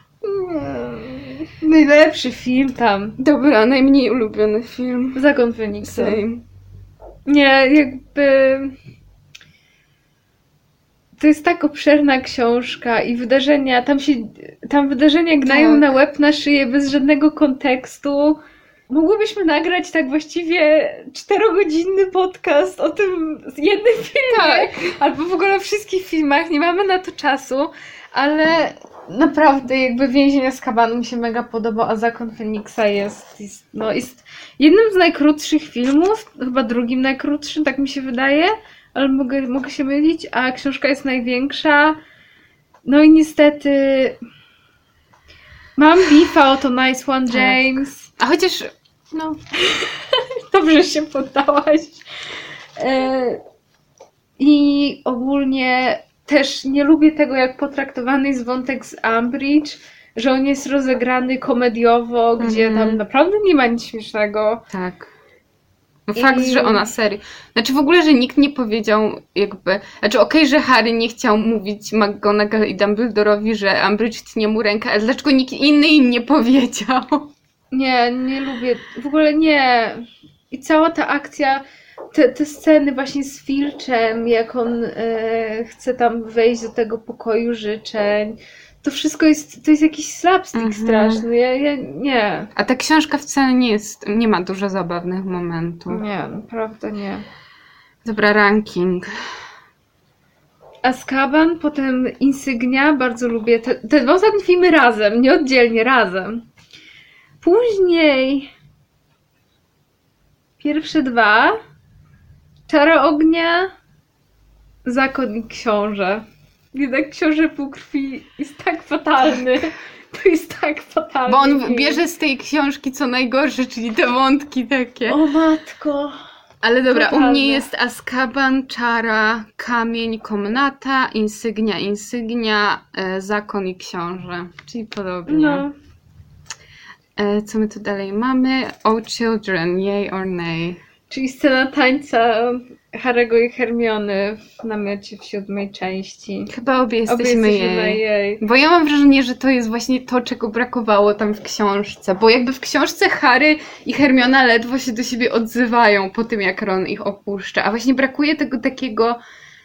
Najlepszy film tam. Dobra, najmniej ulubiony film. Zakon Feniksa. Same. Nie, jakby... To jest tak obszerna książka i wydarzenia, tam wydarzenia gnają na łeb, na szyję, bez żadnego kontekstu. Mogłybyśmy nagrać tak właściwie 4-godzinny podcast o tym jednym filmie. Tak. Albo w ogóle o wszystkich filmach. Nie mamy na to czasu, ale naprawdę jakby Więzień z Azkabanu mi się mega podoba, a Zakon Feniksa jest jednym z najkrótszych filmów, chyba drugim najkrótszym, tak mi się wydaje, ale mogę się mylić, a książka jest największa. No i niestety mam beefa o to Nice One James. A chociaż, no... Dobrze się poddałaś. I ogólnie też nie lubię tego, jak potraktowany jest wątek z Umbridge, że on jest rozegrany komediowo, gdzie tam naprawdę nie ma nic śmiesznego. Tak. No fakt, że ona serio. Znaczy w ogóle, że nikt nie powiedział jakby... Znaczy okej, że Harry nie chciał mówić McGonagall i Dumbledorowi, że Umbridge tnie mu rękę, ale dlaczego nikt inny im nie powiedział? Nie lubię. W ogóle nie. I cała ta akcja, te sceny właśnie z Filczem, jak on chce tam wejść do tego pokoju życzeń. To wszystko to jest jakiś slapstick straszny. Ja nie. A ta książka wcale nie ma dużo zabawnych momentów. Nie, naprawdę nie. Dobra, ranking. Azkaban, potem Insygnia, bardzo lubię. Te dwa ostatnie filmy razem, nie oddzielnie, razem. Później pierwsze dwa, Czara ognia, Zakon i Książę. Jednak Książę Półkrwi jest tak fatalny. To jest tak fatalny. Bo on film. bierze z tej książki co najgorsze, czyli te wątki takie. O matko. Ale dobra, Totalne. u mnie jest Azkaban, czara, kamień, komnata, insygnia, zakon i książę. Czyli podobnie. No. Co my tu dalej mamy? Oh children, yay or nay. Czyli scena tańca Harry'ego i Hermiony w namiocie w 7 części. Chyba obie jesteśmy Jesteśmy na jej. jej. Bo ja mam wrażenie, że to jest właśnie to, czego brakowało tam w książce. Bo jakby w książce Harry i Hermiona ledwo się do siebie odzywają po tym, jak Ron ich opuszcza. A właśnie brakuje tego takiego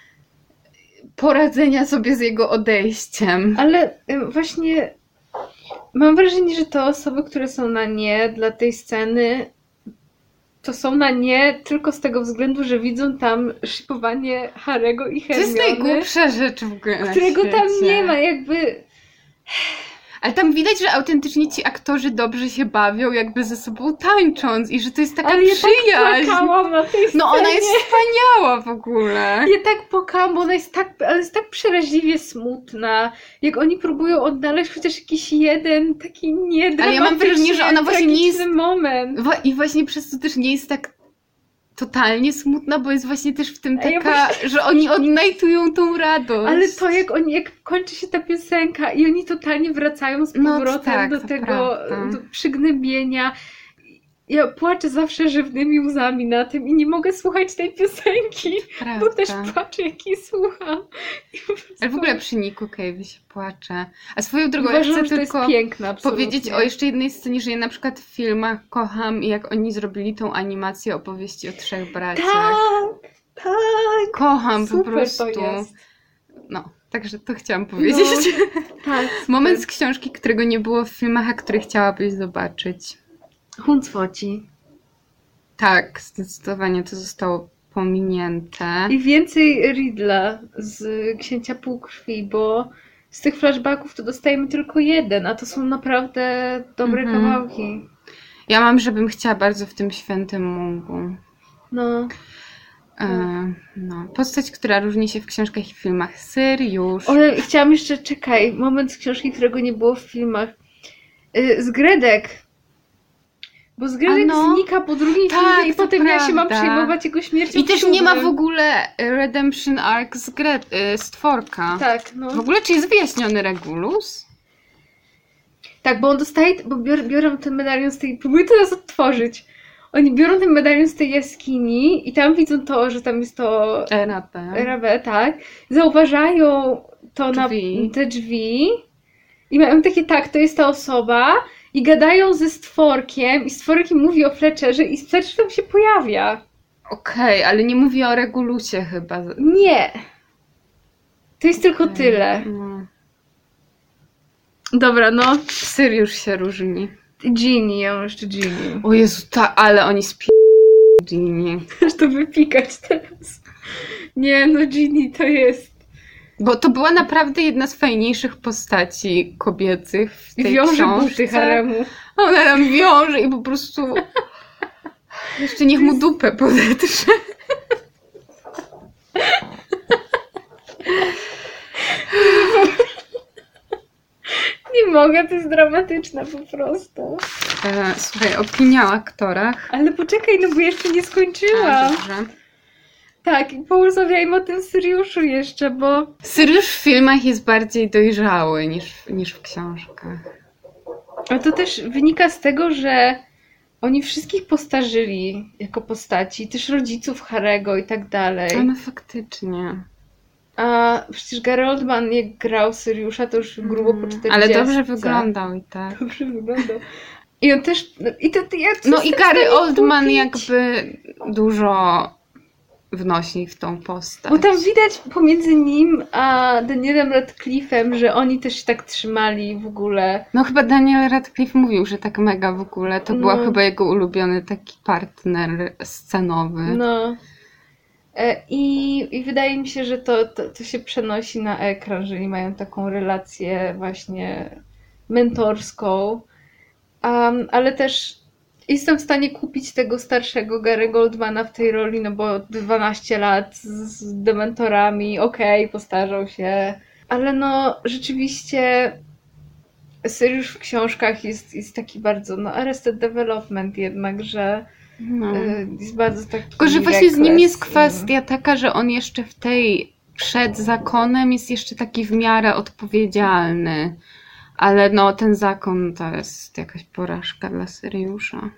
poradzenia sobie z jego odejściem. Ale właśnie mam wrażenie, że te osoby, które są na nie dla tej sceny, to są na nie tylko z tego względu, że widzą tam szypowanie Harry'ego i To jest Hermiony, najgłupsza rzecz w ogóle na którego tam świecie. nie ma, jakby... Ale tam widać, że autentycznie ci aktorzy dobrze się bawią, jakby ze sobą tańcząc i że to jest taka Ale ja tak przyjaźń. płakałam na tej scenie. No ona jest wspaniała w ogóle. Ja tak płakałam, bo ona jest tak przeraźliwie smutna. Jak oni próbują odnaleźć chociaż jakiś jeden taki niedramatyczny, Ale ja mam wrażenie, że ona właśnie nie jest- tragiczny moment. I właśnie przez to też nie jest tak totalnie smutna, bo jest właśnie też w tym A ja taka, że oni odnajdują tą radość. Ale to jak kończy się ta piosenka i oni totalnie wracają z No powrotem tak, do to tego prawda. do przygnębienia. Ja płaczę zawsze żywnymi łzami na tym i nie mogę słuchać tej piosenki, Prawda. bo też płaczę, jak jej słucham. I po prostu Ale w ogóle przy Niku Cave się płacze. A swoją drogą uważam, ja że chcę to jest tylko piękne, absolutnie. powiedzieć o jeszcze jednej scenie, że ja na przykład w filmach kocham, jak oni zrobili tą animację opowieści o 3 braciach. Tak! Kocham po Super prostu. to jest. No, także to chciałam powiedzieć. Tak. Moment z książki, którego nie było w filmach, a który chciałabyś zobaczyć. Huncwoci. Tak, zdecydowanie to zostało pominięte. I więcej Riddla z Księcia Półkrwi, bo z tych flashbacków to dostajemy tylko jeden, a to są naprawdę dobre kawałki. Ja mam, żebym chciała bardzo w tym Świętym Mungu. No. No. Postać, która różni się w książkach i filmach. Syriusz. Ale chciałam jeszcze, czekaj, moment z książki, którego nie było w filmach. Zgredek. Bo Zgredek znika po drugim tak, filmie i to potem ja się mam prawda. przejmować jego śmiercią I też w nie ma w 7. ogóle Redemption Arc z Tworka. Tak, no. W ogóle czy jest wyjaśniony Regulus? Tak, bo on dostaje, bo biorą ten medalion z tej... Próbuję teraz odtworzyć. Oni biorą ten medalion z tej jaskini i tam widzą to, że tam jest to RAB, tak. Zauważają to Drzwi. na te drzwi i mają takie, tak, to jest ta osoba i gadają ze Stworkiem i Stworek im mówi o Fletcherze i Fletcher tam się pojawia. Okej, ale nie mówię o Regulusie chyba. Nie. To jest tylko tyle. No. Dobra, no. Syriusz się różni. Ginny, ja mam jeszcze Ginny. O Jezu, ale oni Ginny. Chcesz to wypikać teraz? Nie, no Ginny to jest... Bo to była naprawdę jedna z fajniejszych postaci kobiecych w tej Wiąże książce. buty haremu. Ona nam wiąże i po prostu... Jeszcze niech mu dupę podetrze. Nie mogę, to jest dramatyczne po prostu. Słuchaj, opinia o aktorach. Ale poczekaj, no bo jeszcze nie skończyłam. Dobrze. Tak, i porozmawiajmy o tym Syriuszu jeszcze, bo... Syriusz w filmach jest bardziej dojrzały niż w książkach. A to też wynika z tego, że oni wszystkich postarzyli jako postaci, też rodziców Harego i tak dalej. No faktycznie. A przecież Gary Oldman jak grał Syriusza, to już grubo po 40. Ale dobrze wyglądał i tak. Dobrze wyglądał. I on też... No i Gary Oldman kupić. jakby dużo wnosi w tą postać. Bo tam widać pomiędzy nim a Danielem Radcliffe'em, że oni też się tak trzymali w ogóle. No chyba Daniel Radcliffe mówił, że tak mega w ogóle. To była No. chyba jego ulubiony taki partner scenowy. No. I wydaje mi się, że to się przenosi na ekran, że oni mają taką relację właśnie mentorską. Ale też jestem w stanie kupić tego starszego Gary'ego Oldmana w tej roli, no bo 12 lat z dementorami, okej, postarzał się. Ale no rzeczywiście Syriusz w książkach jest taki bardzo Arrested Development jednak, że No. Jest bardzo tak. Tylko, że właśnie z nim jest kwestia taka, że on jeszcze w tej przed zakonem jest jeszcze taki w miarę odpowiedzialny. Ale no, ten zakon to jest jakaś porażka dla Syriusza.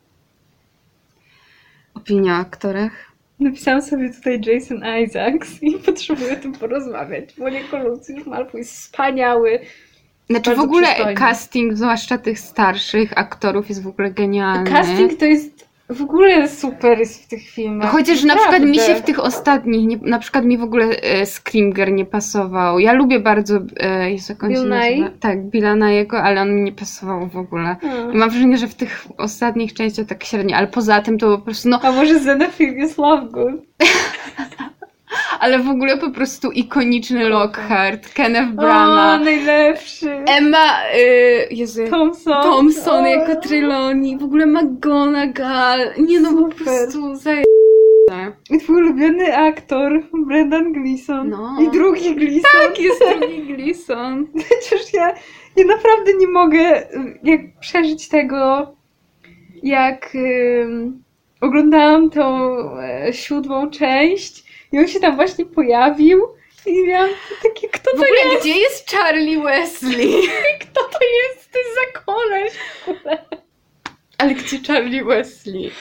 Opinia o aktorach? Napisałam sobie tutaj Jason Isaacs i potrzebuję o tym porozmawiać, bo Lucius Malfoy jest wspaniały. Znaczy Bardzo w ogóle przystojny. casting, zwłaszcza tych starszych aktorów jest w ogóle genialny. Casting to jest w ogóle super jest w tych filmach. Chociaż na przykład mi się Naprawdę. w tych ostatnich, na przykład mi w ogóle Screamer nie pasował. Ja lubię bardzo, jest jak on Bill się nazywa? Nighy? Tak, Billa Nighy'ego, ale on mi nie pasował w ogóle. I mam wrażenie, że w tych ostatnich częściach tak średnio, ale poza tym to po prostu, no, A może Xenophilius Lovegood? ale w ogóle po prostu ikoniczny Lockhart, Kenneth O, Branagh, najlepszy. Emma, Jezu, Thompson O. jako Trelawney, w ogóle McGonagall, nie no, po Super. prostu I twój ulubiony aktor, Brendan Gleeson. No. I drugi Gleeson. Tak, jest drugi Gleeson. Przecież ja naprawdę nie mogę przeżyć tego, jak oglądałam tą 7. część i on się tam właśnie pojawił i miałam takie, kto W to ogóle jest? gdzie jest Charlie Wesley? Kto to jest? To jest za koleś w ogóle. Ale gdzie Charlie Wesley?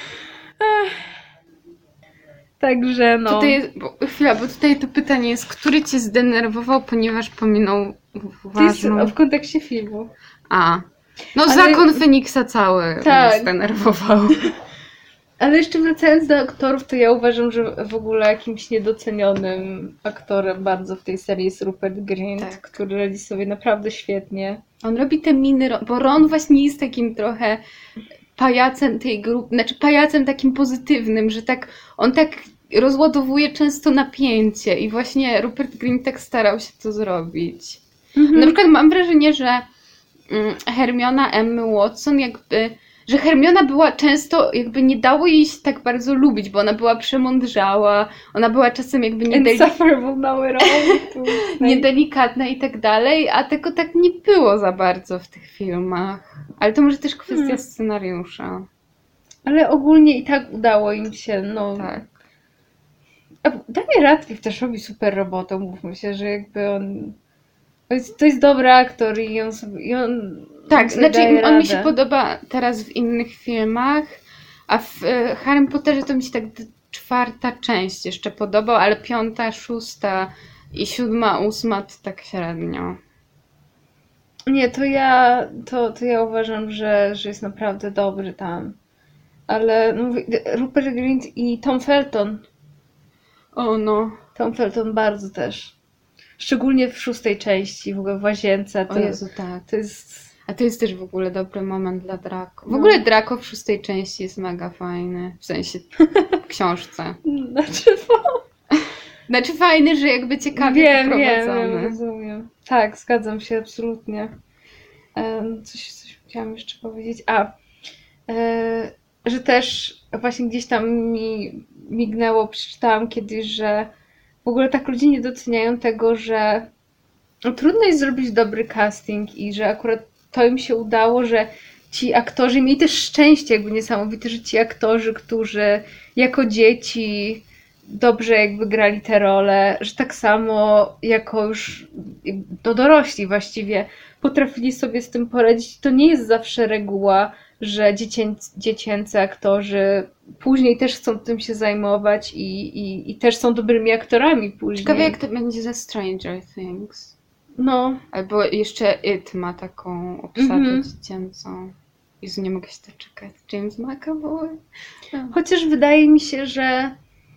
Także no. Tutaj jest, chwila, bo tutaj to pytanie jest, który cię zdenerwował, ponieważ pominął To jest ważną... w kontekście filmu. A. No Ale- zakon Feniksa cały Tak. mnie zdenerwował. Ale jeszcze wracając do aktorów, to ja uważam, że w ogóle jakimś niedocenionym aktorem bardzo w tej serii jest Rupert Grint, Tak. który radzi sobie naprawdę świetnie. On robi te miny, bo Ron właśnie jest takim trochę pajacem tej grupy, znaczy pajacem takim pozytywnym, że tak on tak rozładowuje często napięcie i właśnie Rupert Grint tak starał się to zrobić. Na przykład mam wrażenie, że Hermiona Emmy Watson że Hermiona była często, jakby nie dało jej się tak bardzo lubić, bo ona była przemądrzała, ona była czasem jakby Insufferable know-it-all. niedelikatna i tak dalej, a tego tak nie było za bardzo w tych filmach. Ale to może też kwestia scenariusza. Ale ogólnie i tak udało im się, no. Tak. A Daniel Radcliffe też robi super robotę, mówmy się, że jakby on... To jest dobry aktor i on Tak, sobie znaczy daje on mi się radę. podoba teraz w innych filmach, a w Harrym Potterze to mi się tak 4. część jeszcze podobał, ale 5., 6. i 7., 8. to tak średnio. Nie, to ja uważam, że jest naprawdę dobry tam. Ale no, Rupert Grint i Tom Felton. O no. Tom Felton bardzo też. Szczególnie w 6. części, w ogóle w łazience. O Jezu, tak. To jest... A to jest też w ogóle dobry moment dla Draco. W No. ogóle Draco w 6. części jest mega fajny. W sensie w książce. Znaczy fajny, że jakby ciekawie poprowadzony. Rozumiem. Tak, zgadzam się absolutnie. Coś chciałam jeszcze powiedzieć. Że też właśnie gdzieś tam mi mignęło, przeczytałam kiedyś, że w ogóle tak ludzie nie doceniają tego, że no, trudno jest zrobić dobry casting i że akurat to im się udało, że ci aktorzy mieli też szczęście jakby niesamowite, że ci aktorzy, którzy jako dzieci dobrze jakby grali te role, że tak samo jako już dorośli właściwie potrafili sobie z tym poradzić. To nie jest zawsze reguła, że dziecięcy aktorzy później też chcą tym się zajmować i też są dobrymi aktorami później. Ciekawe jak to będzie ze Stranger Things. No. Albo jeszcze It ma taką obsadę dziecięcą. Jezu, nie mogę się doczekać. James McAvoy. Chociaż wydaje mi się, że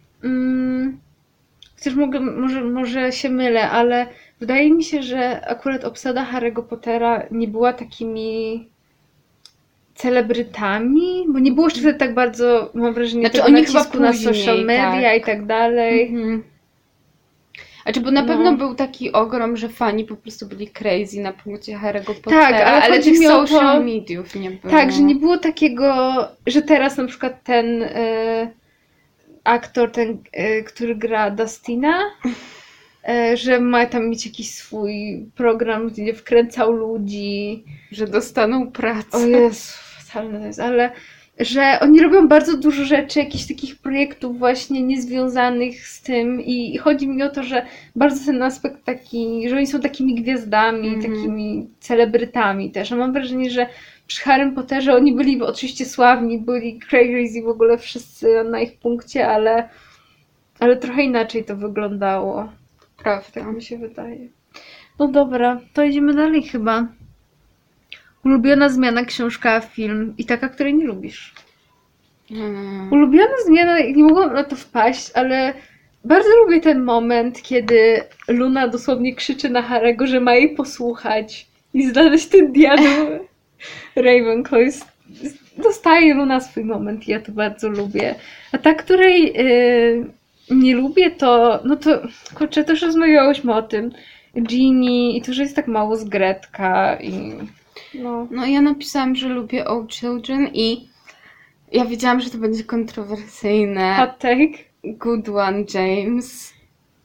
chociaż może się mylę, ale wydaje mi się, że akurat obsada Harry'ego Pottera nie była takimi celebrytami, bo nie było jeszcze wtedy tak bardzo, mam wrażenie, Znaczy tego oni chyba nacisku na później, social media tak. i tak dalej. Znaczy, bo na No. pewno był taki ogrom, że fani po prostu byli crazy na punkcie Harry'ego Pottera, Tak, ale chodzi tych mi o to- social mediów nie było. Tak, że nie było takiego, że teraz na przykład ten aktor, który gra Dustina, że ma tam mieć jakiś swój program, gdzie wkręcał ludzi. Że dostaną pracę. O Jezu, fatalne to jest, ale że oni robią bardzo dużo rzeczy, jakichś takich projektów właśnie niezwiązanych z tym i chodzi mi o to, że bardzo ten aspekt taki, że oni są takimi gwiazdami, takimi celebrytami też. A mam wrażenie, że przy Harrym Potterze oni byli oczywiście sławni, byli crazy w ogóle wszyscy na ich punkcie, ale trochę inaczej to wyglądało. Prawda. Tak mi się wydaje. No dobra, to idziemy dalej chyba. Ulubiona zmiana, książka, film i taka, której nie lubisz. Ulubiona zmiana, nie mogłam na to wpaść, ale bardzo lubię ten moment, kiedy Luna dosłownie krzyczy na Harry'ego, że ma jej posłuchać i znaleźć ten diabeł. Ravenclaw dostaje Luna swój moment i ja to bardzo lubię. A ta, której nie lubię, to kurczę, też rozmawiałyśmy o tym. Ginny i to, że jest tak mało z Gretka i No ja napisałam, że lubię All Children i ja wiedziałam, że to będzie kontrowersyjne. hot take. Good one, James.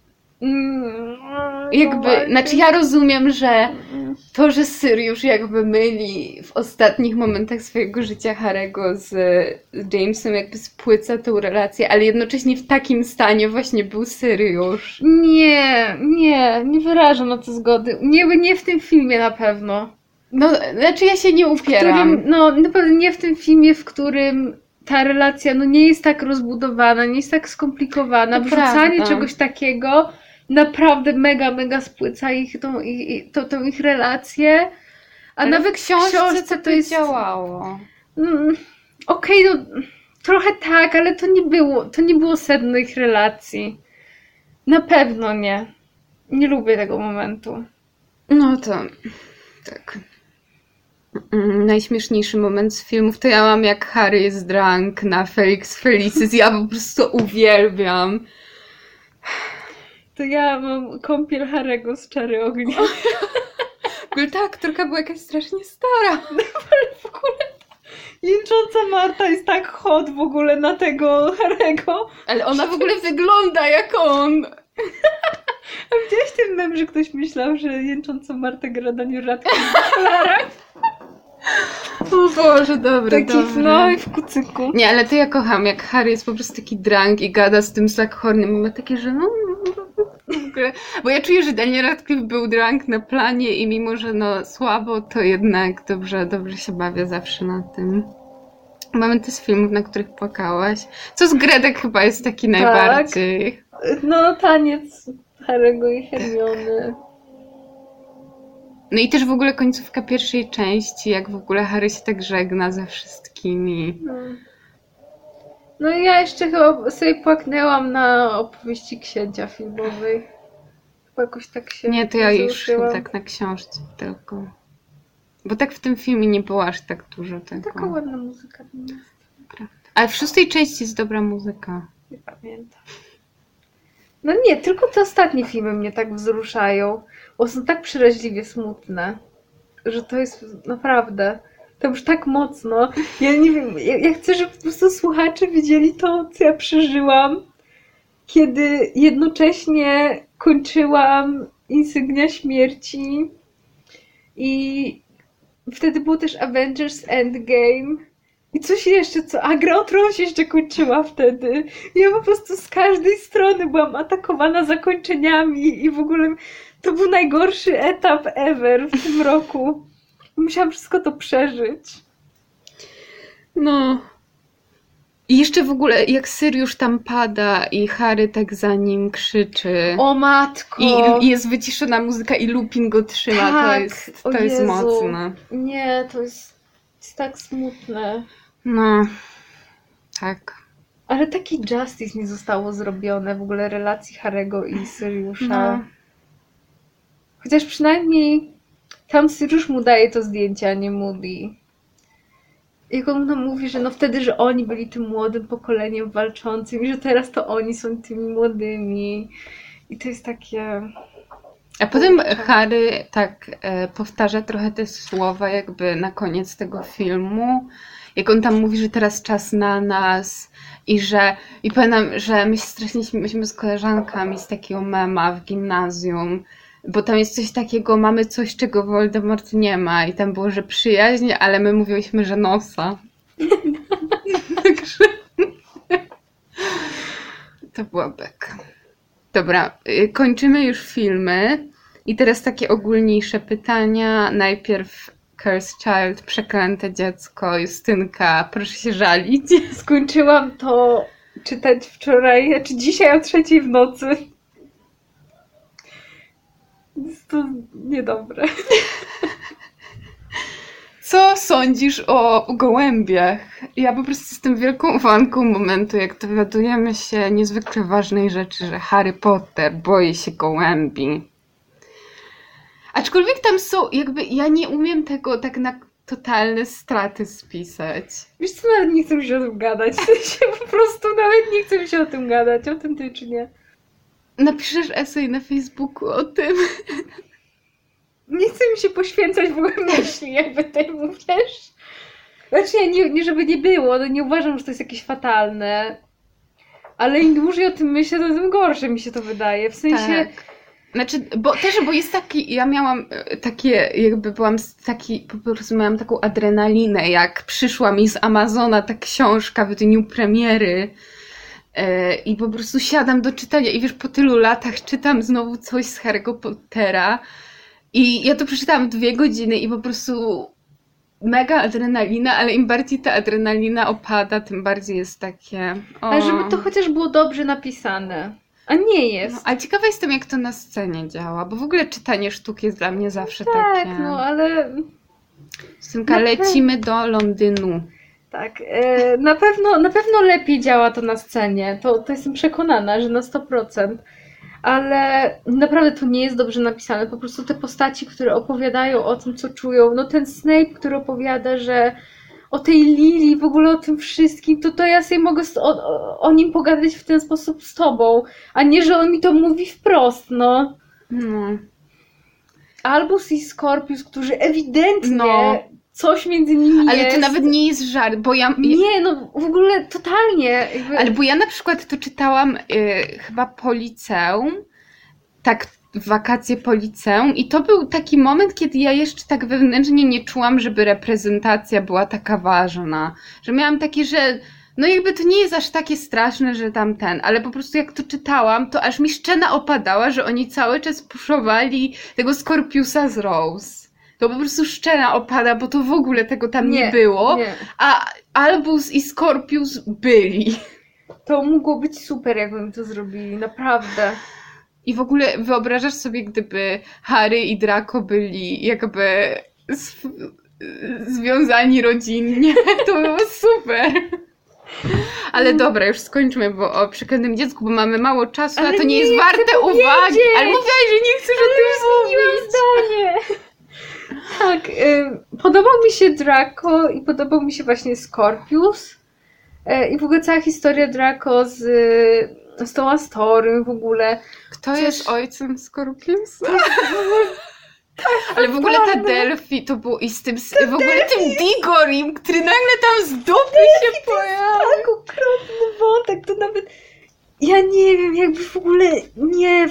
Znaczy ja rozumiem, że to, że Sirius jakby myli w ostatnich momentach swojego życia Harry'ego z Jamesem, jakby spłyca tą relację, ale jednocześnie w takim stanie właśnie był Sirius. Nie wyrażam na to zgody. Nie w tym filmie na pewno. No, znaczy ja się nie upieram. Naprawdę nie w tym filmie, w którym ta relacja nie jest tak rozbudowana, nie jest tak skomplikowana. Wrzucanie czegoś takiego naprawdę mega spłyca tą ich relację. A ale nawet w książce to jest działało. Okej, trochę tak, ale to nie było sedno ich relacji. Na pewno nie. Nie lubię tego momentu. No to tak. Najśmieszniejszy moment z filmów to ja mam, jak Harry jest drunk na Felix Felicis. Ja po prostu uwielbiam. To ja mam kąpiel Harry'ego z Czary Ognia. W ogóle ta aktorka była jakaś strasznie stara. W ogóle jęcząca Marta jest tak hot w ogóle na tego Harry'ego. Ale ona w ogóle wygląda jak on. A widziałeś ten mem, że ktoś myślał, że jęcząca Marta gra Daniel Radcliffe w okularach? O Boże, dobry. I w kucyku. Nie, ale to ja kocham, jak Harry jest po prostu taki drunk i gada z tym Slughornem i ma takie, że w ogóle... Bo ja czuję, że Daniel Radcliffe był drunk na planie i mimo, że słabo, to jednak dobrze się bawię zawsze na tym. Mamy te z filmów, na których płakałaś. Co z Gredek chyba jest taki najbardziej. Taniec Harry'ego i Hermiony. No i też w ogóle końcówka pierwszej części, jak w ogóle Harry się tak żegna ze wszystkimi. No i ja jeszcze chyba sobie płaknęłam na opowieści księcia filmowej. Chyba jakoś tak się... Nie, to ja już tak na książce tylko. Bo tak w tym filmie nie było aż tak dużo tego. Taka ładna muzyka nie jest. Prawda. Ale w 6. części jest dobra muzyka. Nie pamiętam. No nie, tylko te ostatnie filmy mnie tak wzruszają. Bo są tak przeraźliwie smutne, że to jest naprawdę... To już tak mocno. Ja nie wiem, ja chcę, żeby po prostu słuchacze widzieli to, co ja przeżyłam, kiedy jednocześnie kończyłam Insygnia Śmierci i wtedy było też Avengers Endgame i coś jeszcze, Gra o Tron się jeszcze kończyła wtedy. Ja po prostu z każdej strony byłam atakowana zakończeniami i w ogóle to był najgorszy etap ever w tym roku. Musiałam wszystko to przeżyć. No. I jeszcze w ogóle jak Sirius tam pada i Harry tak za nim krzyczy. O matko! I jest wyciszona muzyka i Lupin go trzyma. Tak, to jest mocne. Nie, to jest tak smutne. No. Tak. Ale taki justice nie zostało zrobione w ogóle relacji Harry'ego i Siriusza. No. Chociaż przynajmniej tam Sirius mu daje to zdjęcie, a nie Moody. Jak on nam mówi, że wtedy, że oni byli tym młodym pokoleniem walczącym i że teraz to oni są tymi młodymi. I to jest takie... A potem Harry tak powtarza trochę te słowa jakby na koniec tego filmu. Jak on tam mówi, że teraz czas na nas i pamiętam, że my się strasznie śmieliśmy z koleżankami z takiego mema w gimnazjum, bo tam jest coś takiego, mamy coś, czego Voldemort nie ma i tam było, że przyjaźń, ale my mówiliśmy, że nosa. To była beka. Dobra, kończymy już filmy. I teraz takie ogólniejsze pytania. Najpierw Cursed Child, Przeklęte dziecko, Justynka, proszę się żalić. Skończyłam to czytać wczoraj, czy dzisiaj o 3:00 w nocy. Jest to niedobre. Co sądzisz o gołębiach? Ja po prostu jestem wielką fanką momentu, jak dowiadujemy się niezwykle ważnej rzeczy, że Harry Potter boi się gołębi. Aczkolwiek tam są, jakby ja nie umiem tego tak na totalne straty spisać. Wiesz co, nawet nie chcę mi się o tym gadać. W sensie po prostu nawet nie chcę mi się o tym gadać, autentycznie. Napiszesz esej na Facebooku o tym. Nie chcę mi się poświęcać w ogóle myśli, jakby tutaj mówisz. Znaczy ja nie żeby nie było, no nie uważam, że to jest jakieś fatalne. Ale im dłużej o tym myślę, to tym gorsze mi się to wydaje. W sensie... Tak. Znaczy, bo jest taki, ja miałam takie, jakby byłam taki, po prostu miałam taką adrenalinę, jak przyszła mi z Amazona ta książka w dniu premiery i po prostu siadam do czytania i wiesz, po tylu latach czytam znowu coś z Harry'ego Pottera i ja to przeczytałam 2 godziny i po prostu mega adrenalina, ale im bardziej ta adrenalina opada, tym bardziej jest takie... Ale żeby to chociaż było dobrze napisane. A nie jest. No, ale ciekawa jestem, jak to na scenie działa, bo w ogóle czytanie sztuk jest dla mnie zawsze tak, takie... Tak, no ale... Synka, lecimy do Londynu. Tak, na pewno lepiej działa to na scenie. To jestem przekonana, że na 100%. Ale naprawdę to nie jest dobrze napisane. Po prostu te postaci, które opowiadają o tym, co czują. No ten Snape, który opowiada, że o tej Lili, w ogóle o tym wszystkim, to ja sobie mogę o nim pogadać w ten sposób z tobą, a nie, że on mi to mówi wprost, no. Albus i Scorpius, którzy ewidentnie coś między nimi jest. Ale to nawet nie jest żart, bo ja... Nie, no w ogóle totalnie. Ale bo ja na przykład to czytałam chyba po liceum, tak w wakacje po liceum i to był taki moment, kiedy ja jeszcze tak wewnętrznie nie czułam, żeby reprezentacja była taka ważna. Że miałam takie, że no jakby to nie jest aż takie straszne, że tamten, ale po prostu jak to czytałam, to aż mi szczena opadała, że oni cały czas puszowali tego Scorpiusa z Rose. To po prostu szczena opada, bo to w ogóle tego tam nie było, nie. A Albus i Scorpius byli. To mogło być super, jakby to zrobili, naprawdę. I w ogóle wyobrażasz sobie, gdyby Harry i Draco byli jakby związani rodzinnie, to było super. Ale dobra, już skończmy o Przeklętym dziecku, bo mamy mało czasu, a to nie jest warte uwagi. Ale mówiłaś, że nie chcesz o tym mówić. Zdanie. Tak, podobał mi się Draco i podobał mi się właśnie Scorpius. I w ogóle cała historia Draco z tą Astorym w ogóle. Kto jest ojcem Scorpiusa? Ale w ogóle ta Delphi to było i z tym w ogóle tym Digorim, który nagle tam z dupy się pojawił. Tak okropny wątek, to nawet ja nie wiem, jakby w ogóle nie.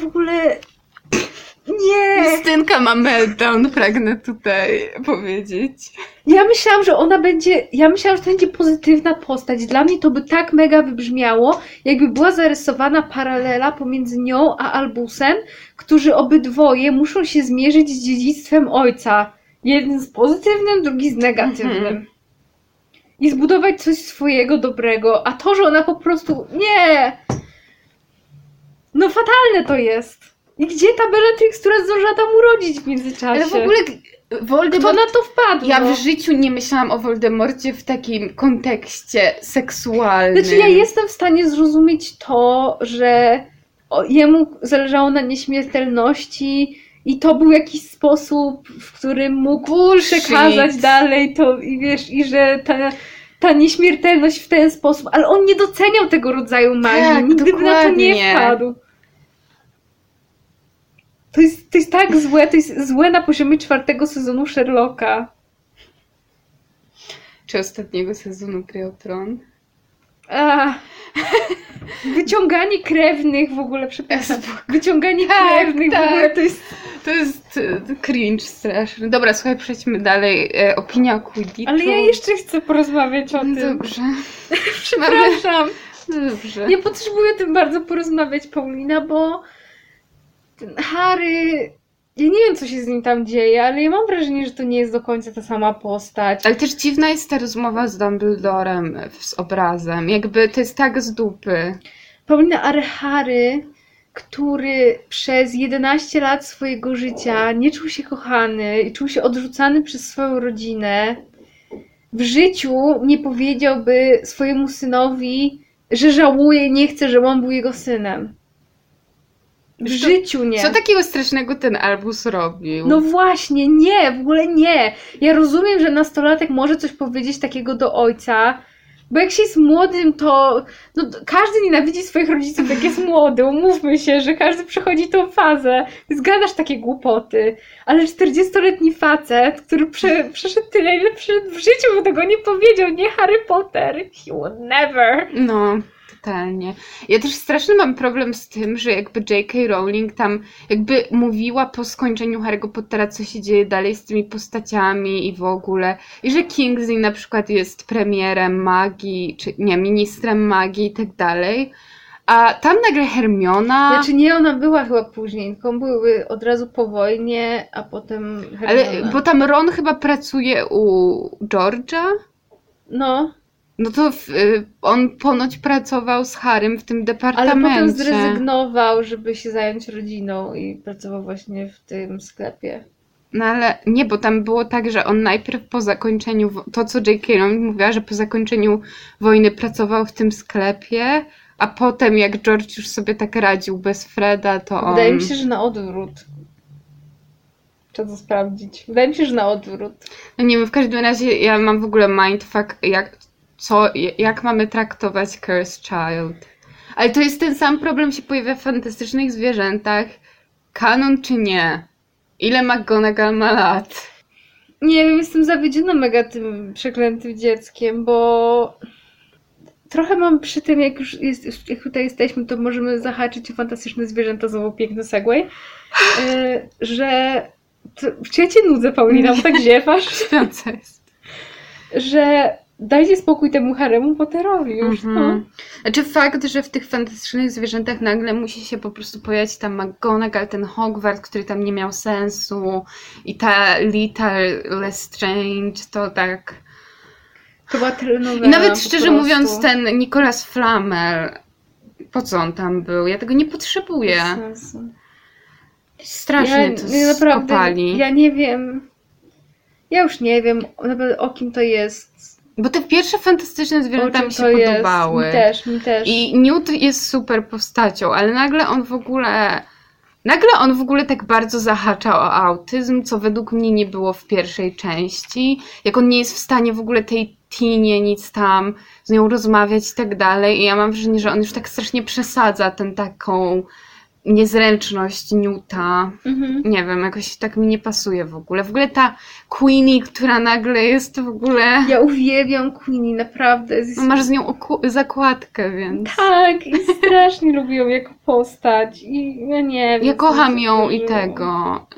Justynka ma meltdown, pragnę tutaj powiedzieć. Ja myślałam, że to będzie pozytywna postać. Dla mnie to by tak mega wybrzmiało, jakby była zarysowana paralela pomiędzy nią a Albusem, którzy obydwoje muszą się zmierzyć z dziedzictwem ojca. Jeden z pozytywnym, drugi z negatywnym. I zbudować coś swojego dobrego. A to, że ona po prostu... Nie! No fatalne to jest. I gdzie ta Bellatrix, która zdążyła tam urodzić w międzyczasie? Ale w ogóle Voldemort... Kto na to wpadł? Ja w życiu nie myślałam o Voldemorcie w takim kontekście seksualnym. Znaczy ja jestem w stanie zrozumieć to, że jemu zależało na nieśmiertelności i to był jakiś sposób, w którym mógł przekazać dalej to i wiesz, i że ta nieśmiertelność w ten sposób, ale on nie doceniał tego rodzaju magii, tak, nigdy by na to nie wpadł. To jest tak złe, to jest złe na poziomie 4. sezonu Sherlocka. Czy ostatniego sezonu Gry o Tron? Wyciąganie krewnych w ogóle, przepraszam. Wyciąganie krewnych w ogóle to jest cringe straszny. Dobra, słuchaj, przejdźmy dalej. Opinia o Quidditchu. Ale ja jeszcze chcę porozmawiać o tym. Dobrze. Przepraszam. No dobrze. Ja potrzebuję o tym bardzo porozmawiać, Paulina, bo ten Harry... Ja nie wiem, co się z nim tam dzieje, ale ja mam wrażenie, że to nie jest do końca ta sama postać. Ale też dziwna jest ta rozmowa z Dumbledorem z obrazem. Jakby to jest tak z dupy. Paulina, ale Harry, który przez 11 lat swojego życia nie czuł się kochany i czuł się odrzucany przez swoją rodzinę, w życiu nie powiedziałby swojemu synowi, że żałuje i nie chce, żeby on był jego synem. W życiu nie. Co takiego strasznego ten Albus robił? No właśnie, nie, w ogóle nie. Ja rozumiem, że nastolatek może coś powiedzieć takiego do ojca, bo jak się jest młodym, to no, każdy nienawidzi swoich rodziców, jak jest młody. Umówmy się, że każdy przechodzi tą fazę. Ty zgadasz takie głupoty. Ale 40-letni facet, który przeszedł tyle, ile przeszedł w życiu, bo tego nie powiedział, nie Harry Potter. He would never. No, totalnie. Ja też straszny mam problem z tym, że jakby J.K. Rowling tam jakby mówiła po skończeniu Harry'ego Pottera, co się dzieje dalej z tymi postaciami i w ogóle. I że Kingsley na przykład jest premierem magii, czy nie, ministrem magii i tak dalej. A tam nagle Hermiona... Znaczy nie, ona była chyba później, tylko były od razu po wojnie, a potem Hermiona. Ale, bo tam Ron chyba pracuje u George'a? No. No to on ponoć pracował z Harrym w tym Ale departamencie. potem zrezygnował, żeby się zająć rodziną i pracował właśnie w tym sklepie. No ale nie, bo tam było tak, że on najpierw po zakończeniu, to co J.K. Rowling mówiła, że po zakończeniu wojny pracował w tym sklepie, a potem jak George już sobie tak radził bez Freda, to on... Wydaje mi się, że na odwrót. Trzeba to sprawdzić. Wydaje mi się, że na odwrót. No nie wiem, w każdym razie ja mam w ogóle mindfuck, jak mamy traktować Cursed Child. Ale to jest ten sam problem, się pojawia w Fantastycznych Zwierzętach. Kanon czy nie? Ile McGonagall ma lat? Nie wiem, jestem zawiedziona mega tym przeklętym dzieckiem, bo trochę mam przy tym, jak już jak tutaj jesteśmy, to możemy zahaczyć o Fantastyczne Zwierzęta, znowu piękny segway, że... Czy ja cię nudzę, Paulina, bo tak ziewasz? Śpiąca jest. Że dajcie spokój temu Harrymu Potterowi już, no. Znaczy fakt, że w tych Fantastycznych Zwierzętach nagle musi się po prostu pojawić tam McGonagall, ten Hogwart, który tam nie miał sensu i ta Little Lestrange, to tak... To była telenowela. I nawet szczerze mówiąc ten Nicolas Flamel, po co on tam był? Ja tego nie potrzebuję. Bez sensu. Strasznie to naprawdę, skopali. Ja nie wiem. Ja już nie wiem naprawdę o kim to jest. Bo te pierwsze Fantastyczne Zwierzęta mi się podobały. Mi też. I Newt jest super postacią, ale nagle on w ogóle tak bardzo zahacza o autyzm, co według mnie nie było w pierwszej części. Jak on nie jest w stanie w ogóle tej Tinie nic tam z nią rozmawiać i tak dalej. I ja mam wrażenie, że on już tak strasznie przesadza taką niezręczność Newta. Nie wiem, jakoś tak mi nie pasuje w ogóle. W ogóle ta Queenie, która nagle jest w ogóle... Ja uwielbiam Queenie, naprawdę. No masz z nią zakładkę, więc... Tak, i strasznie lubię ją jako postać. I ja nie wiem. Ja kocham ją i tego...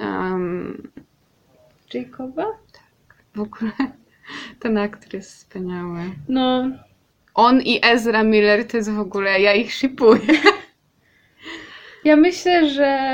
Jacoba? Tak, w ogóle ten aktor jest wspaniały. No. On i Ezra Miller to jest w ogóle... Ja ich shipuję. Ja myślę,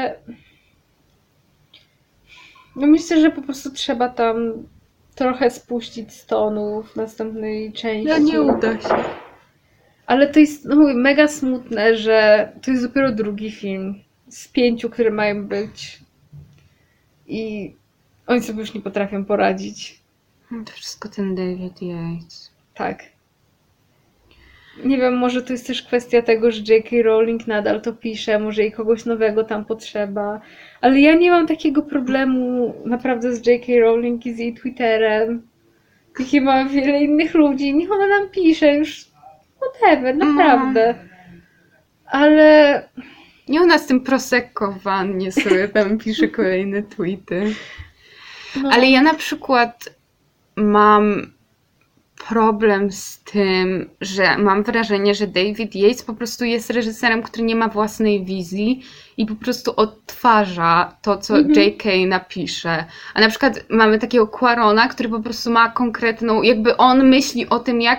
że po prostu trzeba tam trochę spuścić z tonu w następnej części. Ja nie uda się. Ale to jest, no mówię, mega smutne, że to jest dopiero drugi film z 5, które mają być. I oni sobie już nie potrafią poradzić. To wszystko ten David Yates. Tak. Nie wiem, może to jest też kwestia tego, że J.K. Rowling nadal to pisze, może jej kogoś nowego tam potrzeba. Ale ja nie mam takiego problemu naprawdę z J.K. Rowling i z jej Twitterem. Jakie ma wiele innych ludzi. Niech ona nam pisze już whatever, naprawdę. Ale... Nie, ona z tym Prosecco w wannie sobie tam pisze kolejne tweety. No. Ale ja na przykład mam problem z tym, że mam wrażenie, że David Yates po prostu jest reżyserem, który nie ma własnej wizji i po prostu odtwarza to, co J.K. napisze. A na przykład mamy takiego Cuarona, który po prostu ma konkretną, jakby on myśli o tym, jak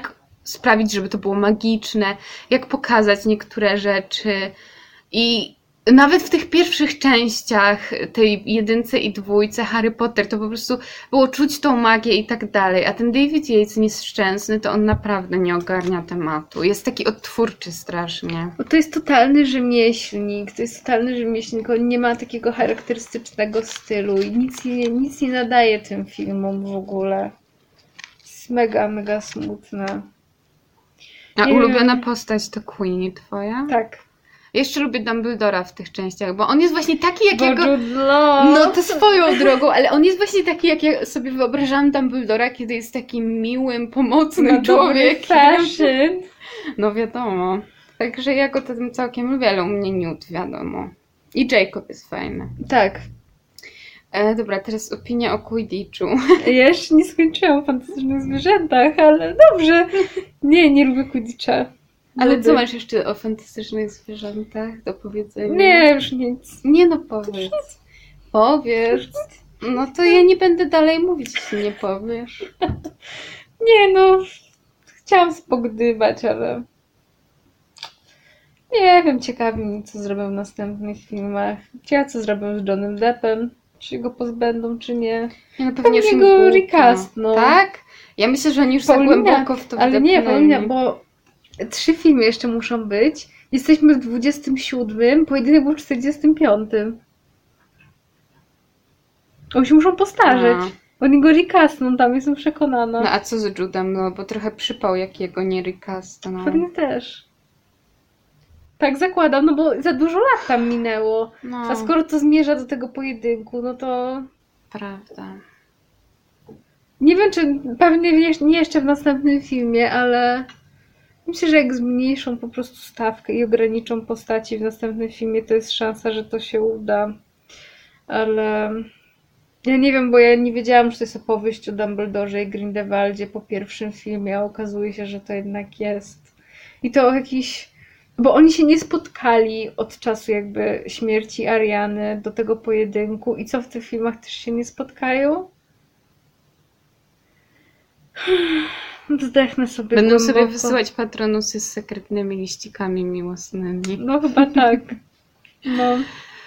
sprawić, żeby to było magiczne, jak pokazać niektóre rzeczy. I nawet w tych pierwszych częściach, tej 1 i 2, Harry Potter, to po prostu było czuć tą magię i tak dalej. A ten David Yates nieszczęsny, to on naprawdę nie ogarnia tematu. Jest taki odtwórczy strasznie. Bo to jest totalny rzemieślnik, on nie ma takiego charakterystycznego stylu i nic nie nadaje tym filmom w ogóle. Jest mega, mega smutne. A ulubiona postać to Queenie twoja? Tak. Jeszcze lubię Dumbledora w tych częściach, bo on jest właśnie taki, jakiego... Jude No to swoją drogą, ale on jest właśnie taki, jak ja sobie wyobrażałam Dumbledora, kiedy jest takim miłym, pomocnym człowiekiem. Fashion. No wiadomo. Także ja go tym całkiem lubię, ale u mnie Newt, wiadomo. I Jacob jest fajny. Tak. Dobra, teraz opinia o Quidditchu. Ja jeszcze nie skończyłam o fantastycznych zwierzętach, ale dobrze. Nie lubię Quidditcha. Ale co masz jeszcze o fantastycznych zwierzętach do powiedzenia? Nie, już nic. Nie no, powiedz. Powiedz. No to ja nie będę dalej mówić, jeśli nie powiesz. Nie no, chciałam spogdybać, ale nie wiem, ciekawi mnie, co zrobią w następnych filmach. Ciekawe, co zrobią z Johnnym Deppem. Czy się go pozbędą, czy nie. Nie, no pewnie już go recast, no. Tak? Ja myślę, że oni już za głęboko w to ale nie, Paulina, bo 3 filmy jeszcze muszą być. Jesteśmy w 27, pojedynek był w 45. Oni się muszą postarzeć. No. Oni go recastną, tam jestem przekonana. No a co z Judem? No bo trochę przypał, jakiego nie recastną. Pewnie też. Tak zakładam, no bo za dużo lat tam minęło. No. A skoro to zmierza do tego pojedynku, no to... Prawda. Nie wiem, czy pewnie nie jeszcze w następnym filmie, ale myślę, że jak zmniejszą po prostu stawkę i ograniczą postaci w następnym filmie, to jest szansa, że to się uda. Ale ja nie wiem, bo ja nie wiedziałam, że to jest opowieść o Dumbledorze i Grindelwaldzie po pierwszym filmie, a okazuje się, że to jednak jest. I to jakiś... Bo oni się nie spotkali od czasu jakby śmierci Ariany do tego pojedynku. I co, w tych filmach też się nie spotkają? Zdechnę sobie Będą głęboko. sobie wysyłać patronusy z sekretnymi liścikami miłosnymi. No chyba tak. No.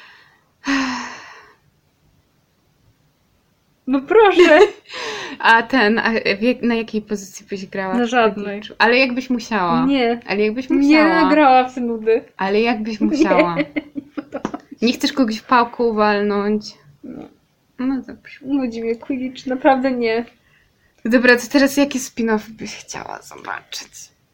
No proszę. A na jakiej pozycji byś grała? Na w żadnej. Quidditchu? Ale jakbyś musiała. Nie. Ale jakbyś Nie musiała. grała w te nudy. Ale jakbyś musiała. Nie chcesz kogoś w pałku walnąć. No dobrze. Nudzi mnie Quidditch, naprawdę nie. Dobra, to teraz jakie spin-offy byś chciała zobaczyć?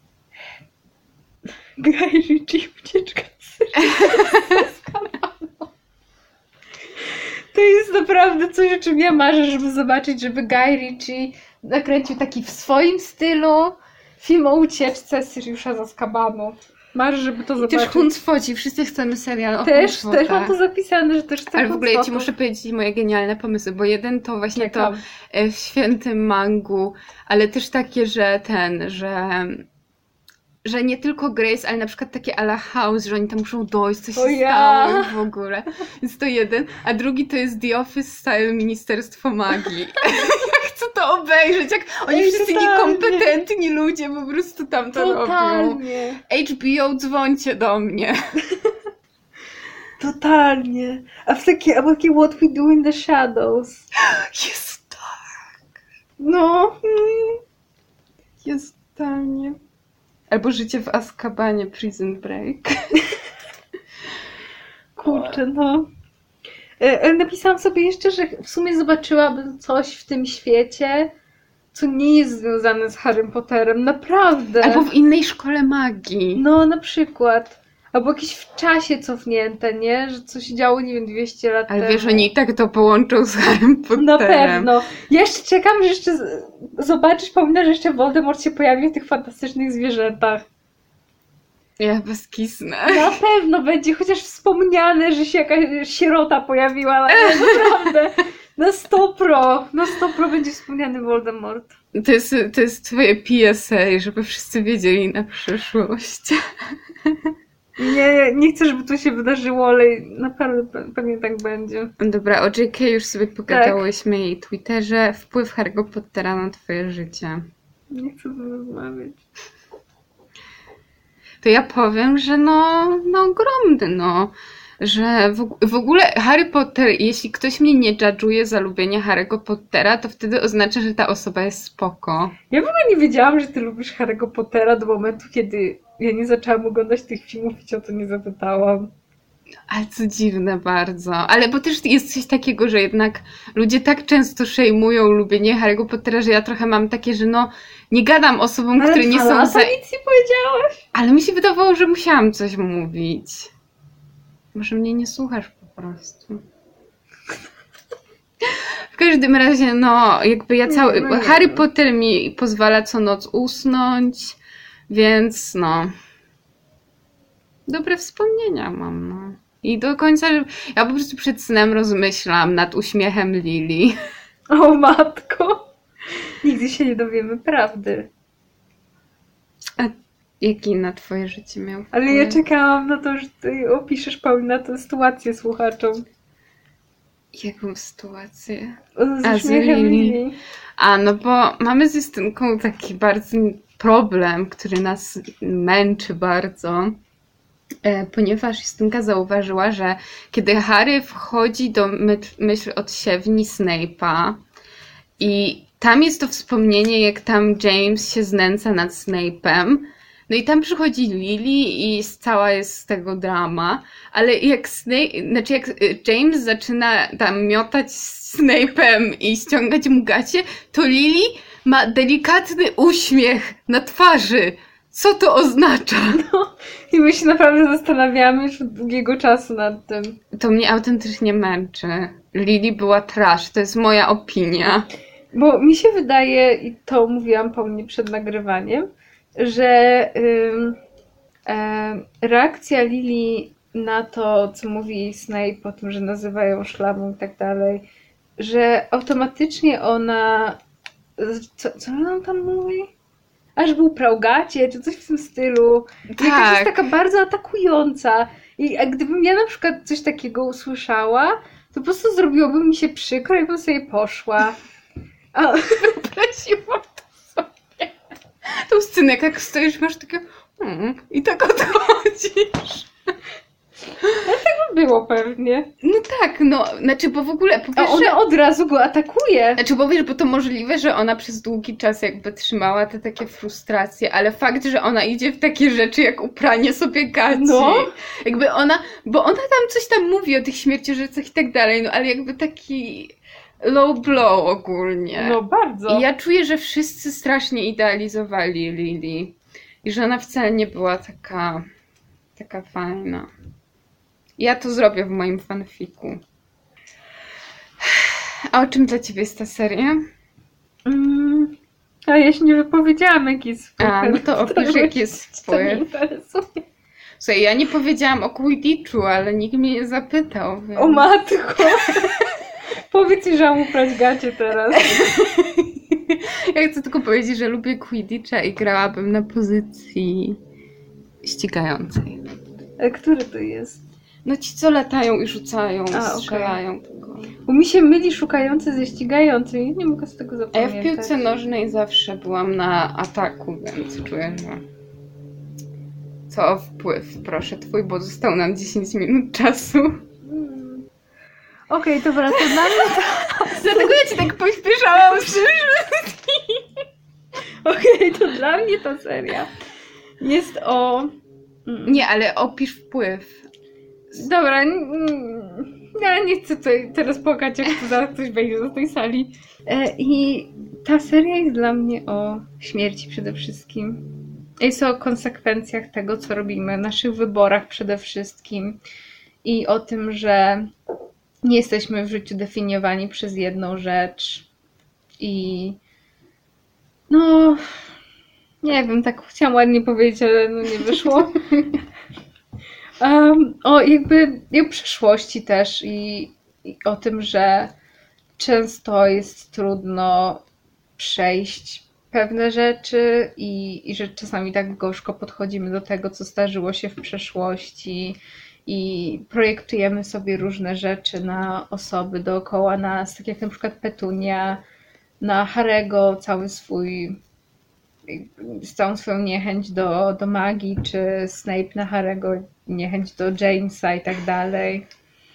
Guy Ritchie, ucieczka z kanału. To jest naprawdę coś, o czym ja marzę, żeby zobaczyć, żeby Guy Ritchie nakręcił taki w swoim stylu film o ucieczce Siriusza z Azkabanu. Marzę, żeby to I zobaczyć. też Huncwoci, wszyscy chcemy serial o Też Huncwotach. mam to zapisane, że też chcę Ale w ogóle ja ci Huncwotów. muszę powiedzieć moje genialne pomysły, bo jeden to właśnie Czekam. to w Świętym Mangu, ale też takie, że nie tylko Grace, ale na przykład takie a la House, że oni tam muszą dojść, co się stało i w ogóle. Więc to jeden. A drugi to jest The Office Style Ministerstwo Magii. Ja chcę to obejrzeć, jak oni wszyscy niekompetentni ludzie po prostu tam to robią. HBO, dzwońcie do mnie. Totalnie. A takie What We Do in the Shadows. Jest tak. No. Jest totalnie. Albo Życie w Azkabanie, Prison Break. Kurczę, no. Napisałam sobie jeszcze, że w sumie zobaczyłabym coś w tym świecie, co nie jest związane z Harrym Potterem. Naprawdę. Albo w innej szkole magii. No, na przykład. Albo jakieś w czasie cofnięte, nie? Że coś działo, nie wiem, 200 lat temu. Ale wiesz, oni i tak to połączą z Harrym Potterem. Na pewno. Ja jeszcze czekam, że jeszcze zobaczysz, Paulina, że jeszcze Voldemort się pojawi w tych fantastycznych zwierzętach. Ja bez kisnę. Na pewno będzie chociaż wspomniane, że się jakaś sierota pojawiła, ale naprawdę. Na 100% będzie wspomniany Voldemort. To jest twoje PSA, żeby wszyscy wiedzieli na przyszłość. Nie chcę, żeby to się wydarzyło, ale naprawdę pewnie tak będzie. Dobra, o JK już sobie pogadałyśmy jej Twitterze. Wpływ Harry'ego Pottera na twoje życie. Nie chcę z tym rozmawiać. To ja powiem, że no ogromny, że w ogóle Harry Potter, jeśli ktoś mnie nie judge'uje za lubienie Harry'ego Pottera, to wtedy oznacza, że ta osoba jest spoko. Ja w ogóle nie wiedziałam, że ty lubisz Harry'ego Pottera do momentu, kiedy ja nie zaczęłam oglądać tych filmów i cię o to nie zapytałam. Ale co dziwne bardzo. Ale bo też jest coś takiego, że jednak ludzie tak często szejmują lubienie Harry'ego Pottera, że ja trochę mam takie, że nie gadam osobom, które nie są nic nie powiedziałaś. Ale mi się wydawało, że musiałam coś mówić. Może mnie nie słuchasz po prostu. W każdym razie, jakby ja Harry Potter mi pozwala co noc usnąć, więc dobre wspomnienia mam, I do końca, ja po prostu przed snem rozmyślam nad uśmiechem Lily. O matko! Nigdy się nie dowiemy prawdy. A jaki na twoje życie miał wpływ? Ale ja czekałam na to, że ty opiszesz, Paulina, tę sytuację słuchaczom. Jaką sytuację? Z uśmiechem Lily. Bo mamy z Justynką taki bardzo problem, który nas męczy bardzo. Ponieważ Justynka zauważyła, że kiedy Harry wchodzi do myśl odsiewni Snape'a i tam jest to wspomnienie, jak tam James się znęca nad Snape'em, i tam przychodzi Lily i cała jest z tego drama, ale jak James zaczyna tam miotać Snape'em i ściągać mu gacie, to Lily ma delikatny uśmiech na twarzy. Co to oznacza? I my się naprawdę zastanawiamy już od długiego czasu nad tym. To mnie autentycznie męczy. Lily była trash, to jest moja opinia. Bo mi się wydaje, i to mówiłam Paulinie przed nagrywaniem, że reakcja Lily na to, co mówi Snape o tym, że nazywają szlamą i tak dalej, że automatycznie ona... Co ona tam mówi? Aż był prał gacie, czy coś w tym stylu. Tak. Jakaś jest taka bardzo atakująca. I gdybym ja na przykład coś takiego usłyszała, to po prostu zrobiłoby mi się przykro i bym sobie poszła. A wyobraziłam to sobie. Tą scenę, jak stoisz, masz takie i tak odchodzisz. tak by było pewnie. Tak, znaczy, bo w ogóle powiesz, a ona od razu go atakuje. Znaczy, bo wiesz, bo to możliwe, że ona przez długi czas jakby trzymała te takie frustracje, ale fakt, że ona idzie w takie rzeczy jak upranie sobie gaci. Jakby bo ona tam coś tam mówi o tych śmierciożercach i tak dalej, ale jakby taki low blow ogólnie. Bardzo. I ja czuję, że wszyscy strasznie idealizowali Lily. I że ona wcale nie była taka fajna. Ja to zrobię w moim fanfiku. A o czym dla ciebie jest ta seria? Ale ja się nie wypowiedziałam, jaki jest wpływ. No to opisz, jaki jest wpływ. Słuchaj, ja nie powiedziałam o Quidditchu, ale nikt mnie nie zapytał. Więc... O matko! Powiedz mi, że mam uprać gacie teraz. Ja chcę tylko powiedzieć, że lubię Quidditcha i grałabym na pozycji ścigającej. A który to jest? Ci, co latają i rzucają, strzelają. Okay. Bo mi się myli szukający ze ścigającym i nie mogę z tego zapamiętać. A ja w piłce nożnej zawsze byłam na ataku, więc czuję, że... Co o wpływ, proszę twój, bo zostało nam 10 minut czasu. Okej, dobra, to dla mnie... Dlatego ja ci tak pośpieszałam z tym Okej, to dla mnie ta seria jest o... Nie, ale opisz wpływ. Dobra, ja nie chcę tutaj teraz płakać, jak to zaraz ktoś wejdzie do tej sali. I ta seria jest dla mnie o śmierci przede wszystkim. Jest o konsekwencjach tego, co robimy, naszych wyborach przede wszystkim. I o tym, że nie jesteśmy w życiu definiowani przez jedną rzecz. I nie wiem, tak chciałam ładnie powiedzieć, ale nie wyszło. O przeszłości też i o tym, że często jest trudno przejść pewne rzeczy i że czasami tak gorzko podchodzimy do tego, co zdarzyło się w przeszłości i projektujemy sobie różne rzeczy na osoby dookoła nas, tak jak na przykład Petunia, na Harry'ego cały swój z całą swoją niechęć do magii, czy Snape na Harry'ego niechęć do Jamesa i tak dalej.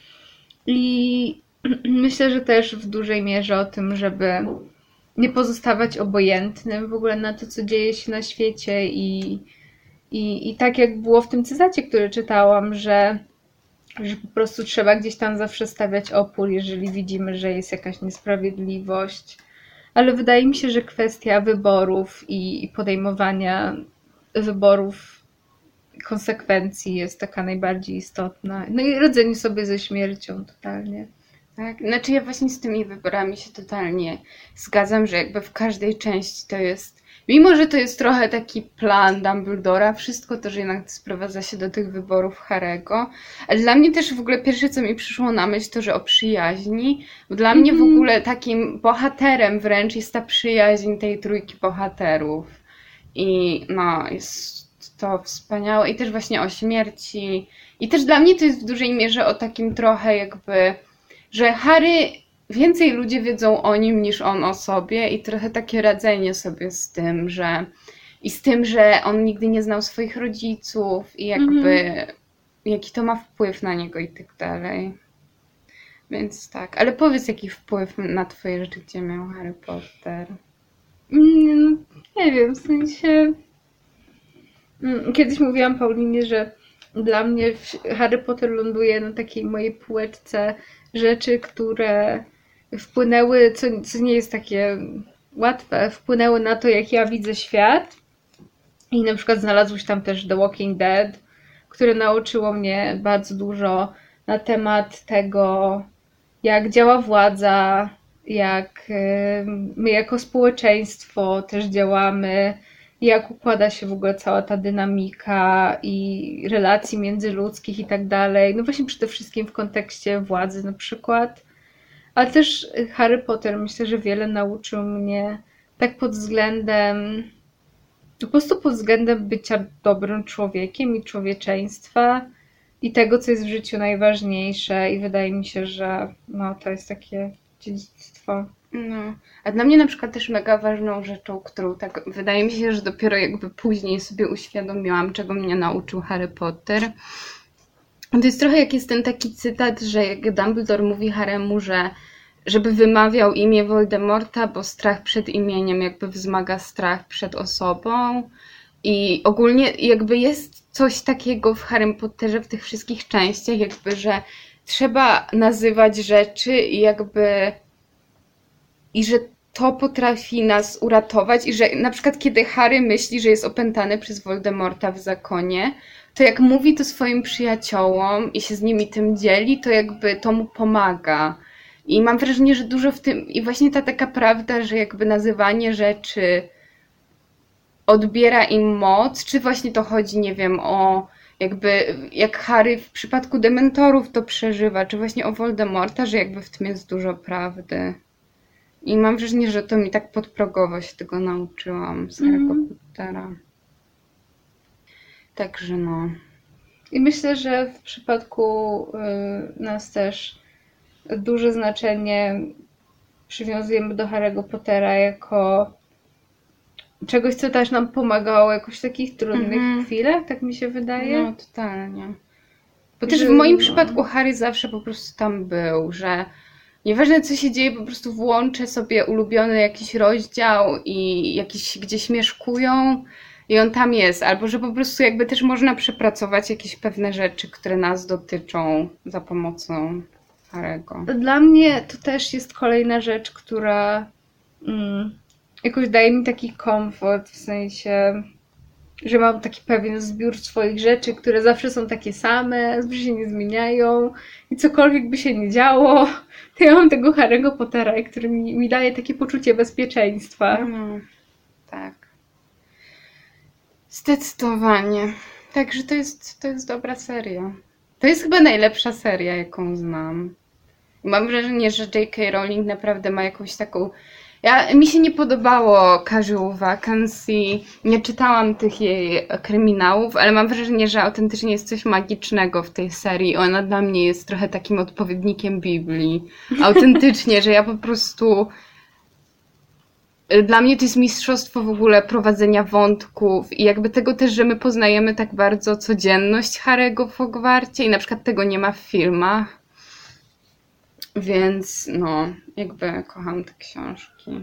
I myślę, że też w dużej mierze o tym, żeby nie pozostawać obojętnym w ogóle na to, co dzieje się na świecie i tak jak było w tym cytacie, który czytałam, że po prostu trzeba gdzieś tam zawsze stawiać opór, jeżeli widzimy, że jest jakaś niesprawiedliwość. Ale wydaje mi się, że kwestia wyborów i podejmowania wyborów, konsekwencji jest taka najbardziej istotna. No i radzenie sobie ze śmiercią totalnie. Tak, znaczy ja właśnie z tymi wyborami się totalnie zgadzam, że jakby w każdej części to jest, mimo że to jest trochę taki plan Dumbledora, wszystko to, że jednak sprowadza się do tych wyborów Harry'ego, ale dla mnie też w ogóle pierwsze, co mi przyszło na myśl, to, że o przyjaźni, bo dla mnie w ogóle takim bohaterem wręcz jest ta przyjaźń tej trójki bohaterów i no, jest to wspaniałe i też właśnie o śmierci i też dla mnie to jest w dużej mierze o takim trochę jakby, że Harry, więcej ludzie wiedzą o nim niż on o sobie i trochę takie radzenie sobie z tym, że on nigdy nie znał swoich rodziców i jakby jaki to ma wpływ na niego i tak dalej. Więc tak, ale powiedz, jaki wpływ na twoje życie miał Harry Potter? Nie wiem, w sensie kiedyś mówiłam Paulinie, że dla mnie Harry Potter ląduje na takiej mojej półeczce rzeczy, które wpłynęły, co nie jest takie łatwe, wpłynęły na to, jak ja widzę świat. I na przykład znalazłeś tam też The Walking Dead, które nauczyło mnie bardzo dużo na temat tego, jak działa władza, jak my jako społeczeństwo też działamy, jak układa się w ogóle cała ta dynamika i relacji międzyludzkich i tak dalej. No właśnie przede wszystkim w kontekście władzy na przykład. Ale też Harry Potter myślę, że wiele nauczył mnie tak pod względem, po prostu pod względem bycia dobrym człowiekiem i człowieczeństwa i tego, co jest w życiu najważniejsze i wydaje mi się, że no, to jest takie dziedzictwo. No, a dla mnie na przykład też mega ważną rzeczą, którą tak wydaje mi się, że dopiero jakby później sobie uświadomiłam, czego mnie nauczył Harry Potter. To jest trochę jak jest ten taki cytat, że jak Dumbledore mówi Harrymu, że żeby wymawiał imię Voldemorta, bo strach przed imieniem jakby wzmaga strach przed osobą. I ogólnie jakby jest coś takiego w Harrym Potterze, w tych wszystkich częściach, jakby, że trzeba nazywać rzeczy i jakby i że to potrafi nas uratować i że na przykład kiedy Harry myśli, że jest opętany przez Voldemorta w zakonie, to jak mówi to swoim przyjaciołom i się z nimi tym dzieli, to jakby to mu pomaga. I mam wrażenie, że dużo w tym i właśnie ta taka prawda, że jakby nazywanie rzeczy odbiera im moc, czy właśnie to chodzi, nie wiem, o jakby jak Harry w przypadku dementorów to przeżywa, czy właśnie o Voldemorta, że jakby w tym jest dużo prawdy. I mam wrażenie, że to mi tak podprogowo się tego nauczyłam z Harry'ego Pottera. Także no. I myślę, że w przypadku nas też duże znaczenie przywiązujemy do Harry'ego Pottera jako czegoś, co też nam pomagało jakoś w takich trudnych chwilach, tak mi się wydaje. No, totalnie. Bo też w moim przypadku Harry zawsze po prostu tam był, że nieważne co się dzieje, po prostu włączę sobie ulubiony jakiś rozdział i jakiś gdzieś mieszkują i on tam jest. Albo że po prostu jakby też można przepracować jakieś pewne rzeczy, które nas dotyczą za pomocą Harry'ego. Dla mnie to też jest kolejna rzecz, która jakoś daje mi taki komfort, w sensie, że mam taki pewien zbiór swoich rzeczy, które zawsze są takie same, zawsze się nie zmieniają i cokolwiek by się nie działo, to ja mam tego Harry'ego Pottera, który mi daje takie poczucie bezpieczeństwa. No, tak. Zdecydowanie. Także to jest dobra seria. To jest chyba najlepsza seria, jaką znam. Mam wrażenie, że J.K. Rowling naprawdę ma jakąś taką... Mi się nie podobało Casual Vacancy, nie czytałam tych jej kryminałów, ale mam wrażenie, że autentycznie jest coś magicznego w tej serii. Ona dla mnie jest trochę takim odpowiednikiem Biblii. Autentycznie, że ja po prostu Dla mnie to jest mistrzostwo w ogóle prowadzenia wątków i jakby tego też, że my poznajemy tak bardzo codzienność Harry'ego w Hogwarcie i na przykład tego nie ma w filmach. Więc no, jakby kocham te książki.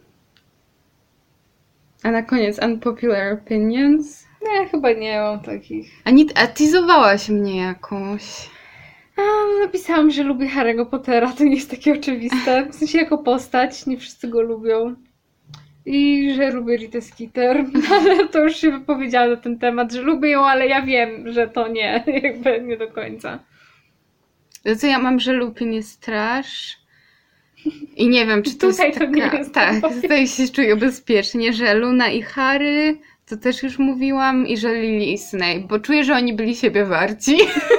A na koniec unpopular opinions. Nie, chyba nie mam takich. A teasowałaś mnie jakąś. Napisałam, że lubię Harry'ego Pottera, to nie jest takie oczywiste. W sensie jako postać, nie wszyscy go lubią. I że lubię Ritę Skeeter, ale to już się wypowiedziałam na ten temat, że lubię ją, ale ja wiem, że to nie, jakby nie do końca. To co ja mam, że Lupin jest trash. I nie wiem, czy to Tutaj jest to taka... nie jest Tak, to. tutaj się czuję bezpiecznie, że Luna i Harry, to też już mówiłam, i że Lily i Snape, bo czuję, że oni byli siebie warci.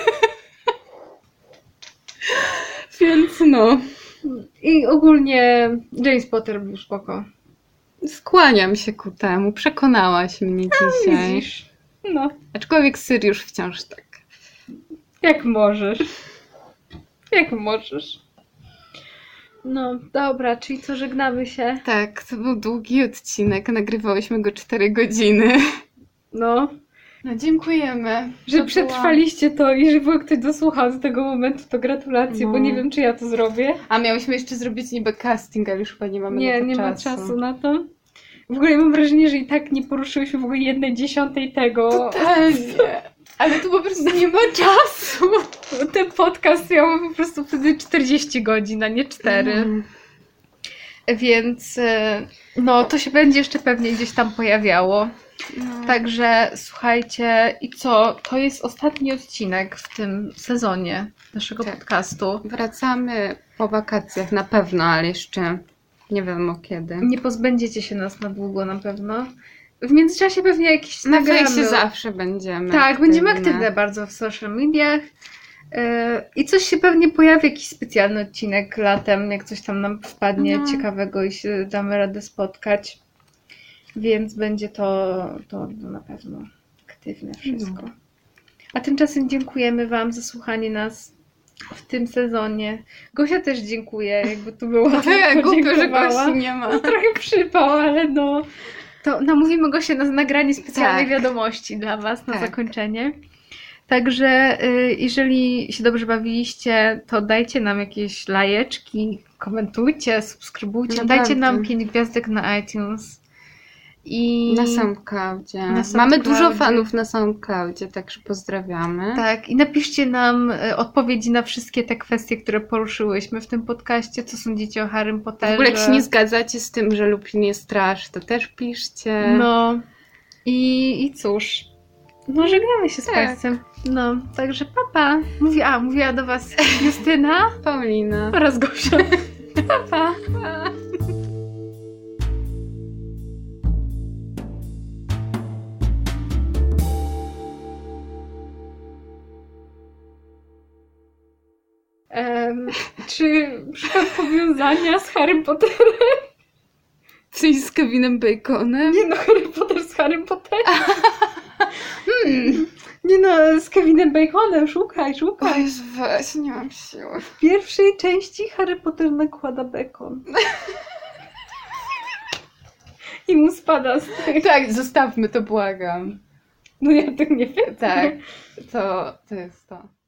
Więc no. I ogólnie James Potter był spoko. Skłaniam się ku temu, przekonałaś mnie dzisiaj. Widzisz? No, Aczkolwiek Sirius wciąż tak. jak możesz. Jak możesz. No, dobra, czyli co, żegnamy się? Tak, to był długi odcinek, nagrywałyśmy go 4 godziny. No, No dziękujemy. że przetrwaliście to i że był ktoś dosłuchał do tego momentu, to gratulacje, No. bo nie wiem, czy ja to zrobię. A miałyśmy jeszcze zrobić niby casting, ale już chyba nie mamy Nie, na to nie czasu. ma czasu na to. W ogóle mam wrażenie, że i tak nie poruszyłyśmy w ogóle 1/10 tego. Totalnie. Ale tu po prostu nie ma czasu. Ten podcast miał po prostu wtedy 40 godzin, a nie 4. Więc no, to się będzie jeszcze pewnie gdzieś tam pojawiało. No. Także słuchajcie, i co? To jest ostatni odcinek w tym sezonie naszego Tak. podcastu. Wracamy po wakacjach na pewno, ale jeszcze nie wiadomo kiedy. Nie pozbędziecie się nas na długo na pewno. W międzyczasie pewnie jakieś Na nagramy. fejsie zawsze będziemy. Tak, będziemy aktywne bardzo w social mediach. I coś się pewnie pojawi, jakiś specjalny odcinek latem, jak coś tam nam wpadnie No. ciekawego i się damy radę spotkać. Więc będzie to na pewno aktywne wszystko. No. A tymczasem dziękujemy Wam za słuchanie nas w tym sezonie. Gosia też dziękuję, jakby tu była. Głupio, że podziękowała. gości nie ma. No, trochę przypał, ale no. To namówimy Gosię na nagranie specjalnej Tak. wiadomości dla Was na Tak. zakończenie. Także jeżeli się dobrze bawiliście, to dajcie nam jakieś lajeczki, komentujcie, subskrybujcie, Naprawdę. dajcie nam 5 gwiazdek na iTunes. I Na SoundCloudzie. Na SoundCloudzie. Mamy dużo fanów na SoundCloudzie, także pozdrawiamy. tak, i napiszcie nam odpowiedzi na wszystkie te kwestie, które poruszyłyśmy w tym podcaście. Co sądzicie o Harrym Potterze? W ogóle jak się nie zgadzacie z tym, że Lupin jest trash, to też piszcie. No i cóż, no żegnamy się z Tak. Państwem. No, także papa. Mówiła do Was Justyna Paulina. oraz Gosia. Papa. Czy szukam powiązania z Harrym Potterem? Czyli z Kevinem Baconem? Nie no, Harry Potter z Harrym Potterem. Nie no, z Kevinem Baconem, szukaj. O Jezu, weź, nie mam siły. W pierwszej części Harry Potter nakłada bekon. I mu spada z tych. Tak, zostawmy to, błagam. No ja tak nie wiem. Tak, to jest to.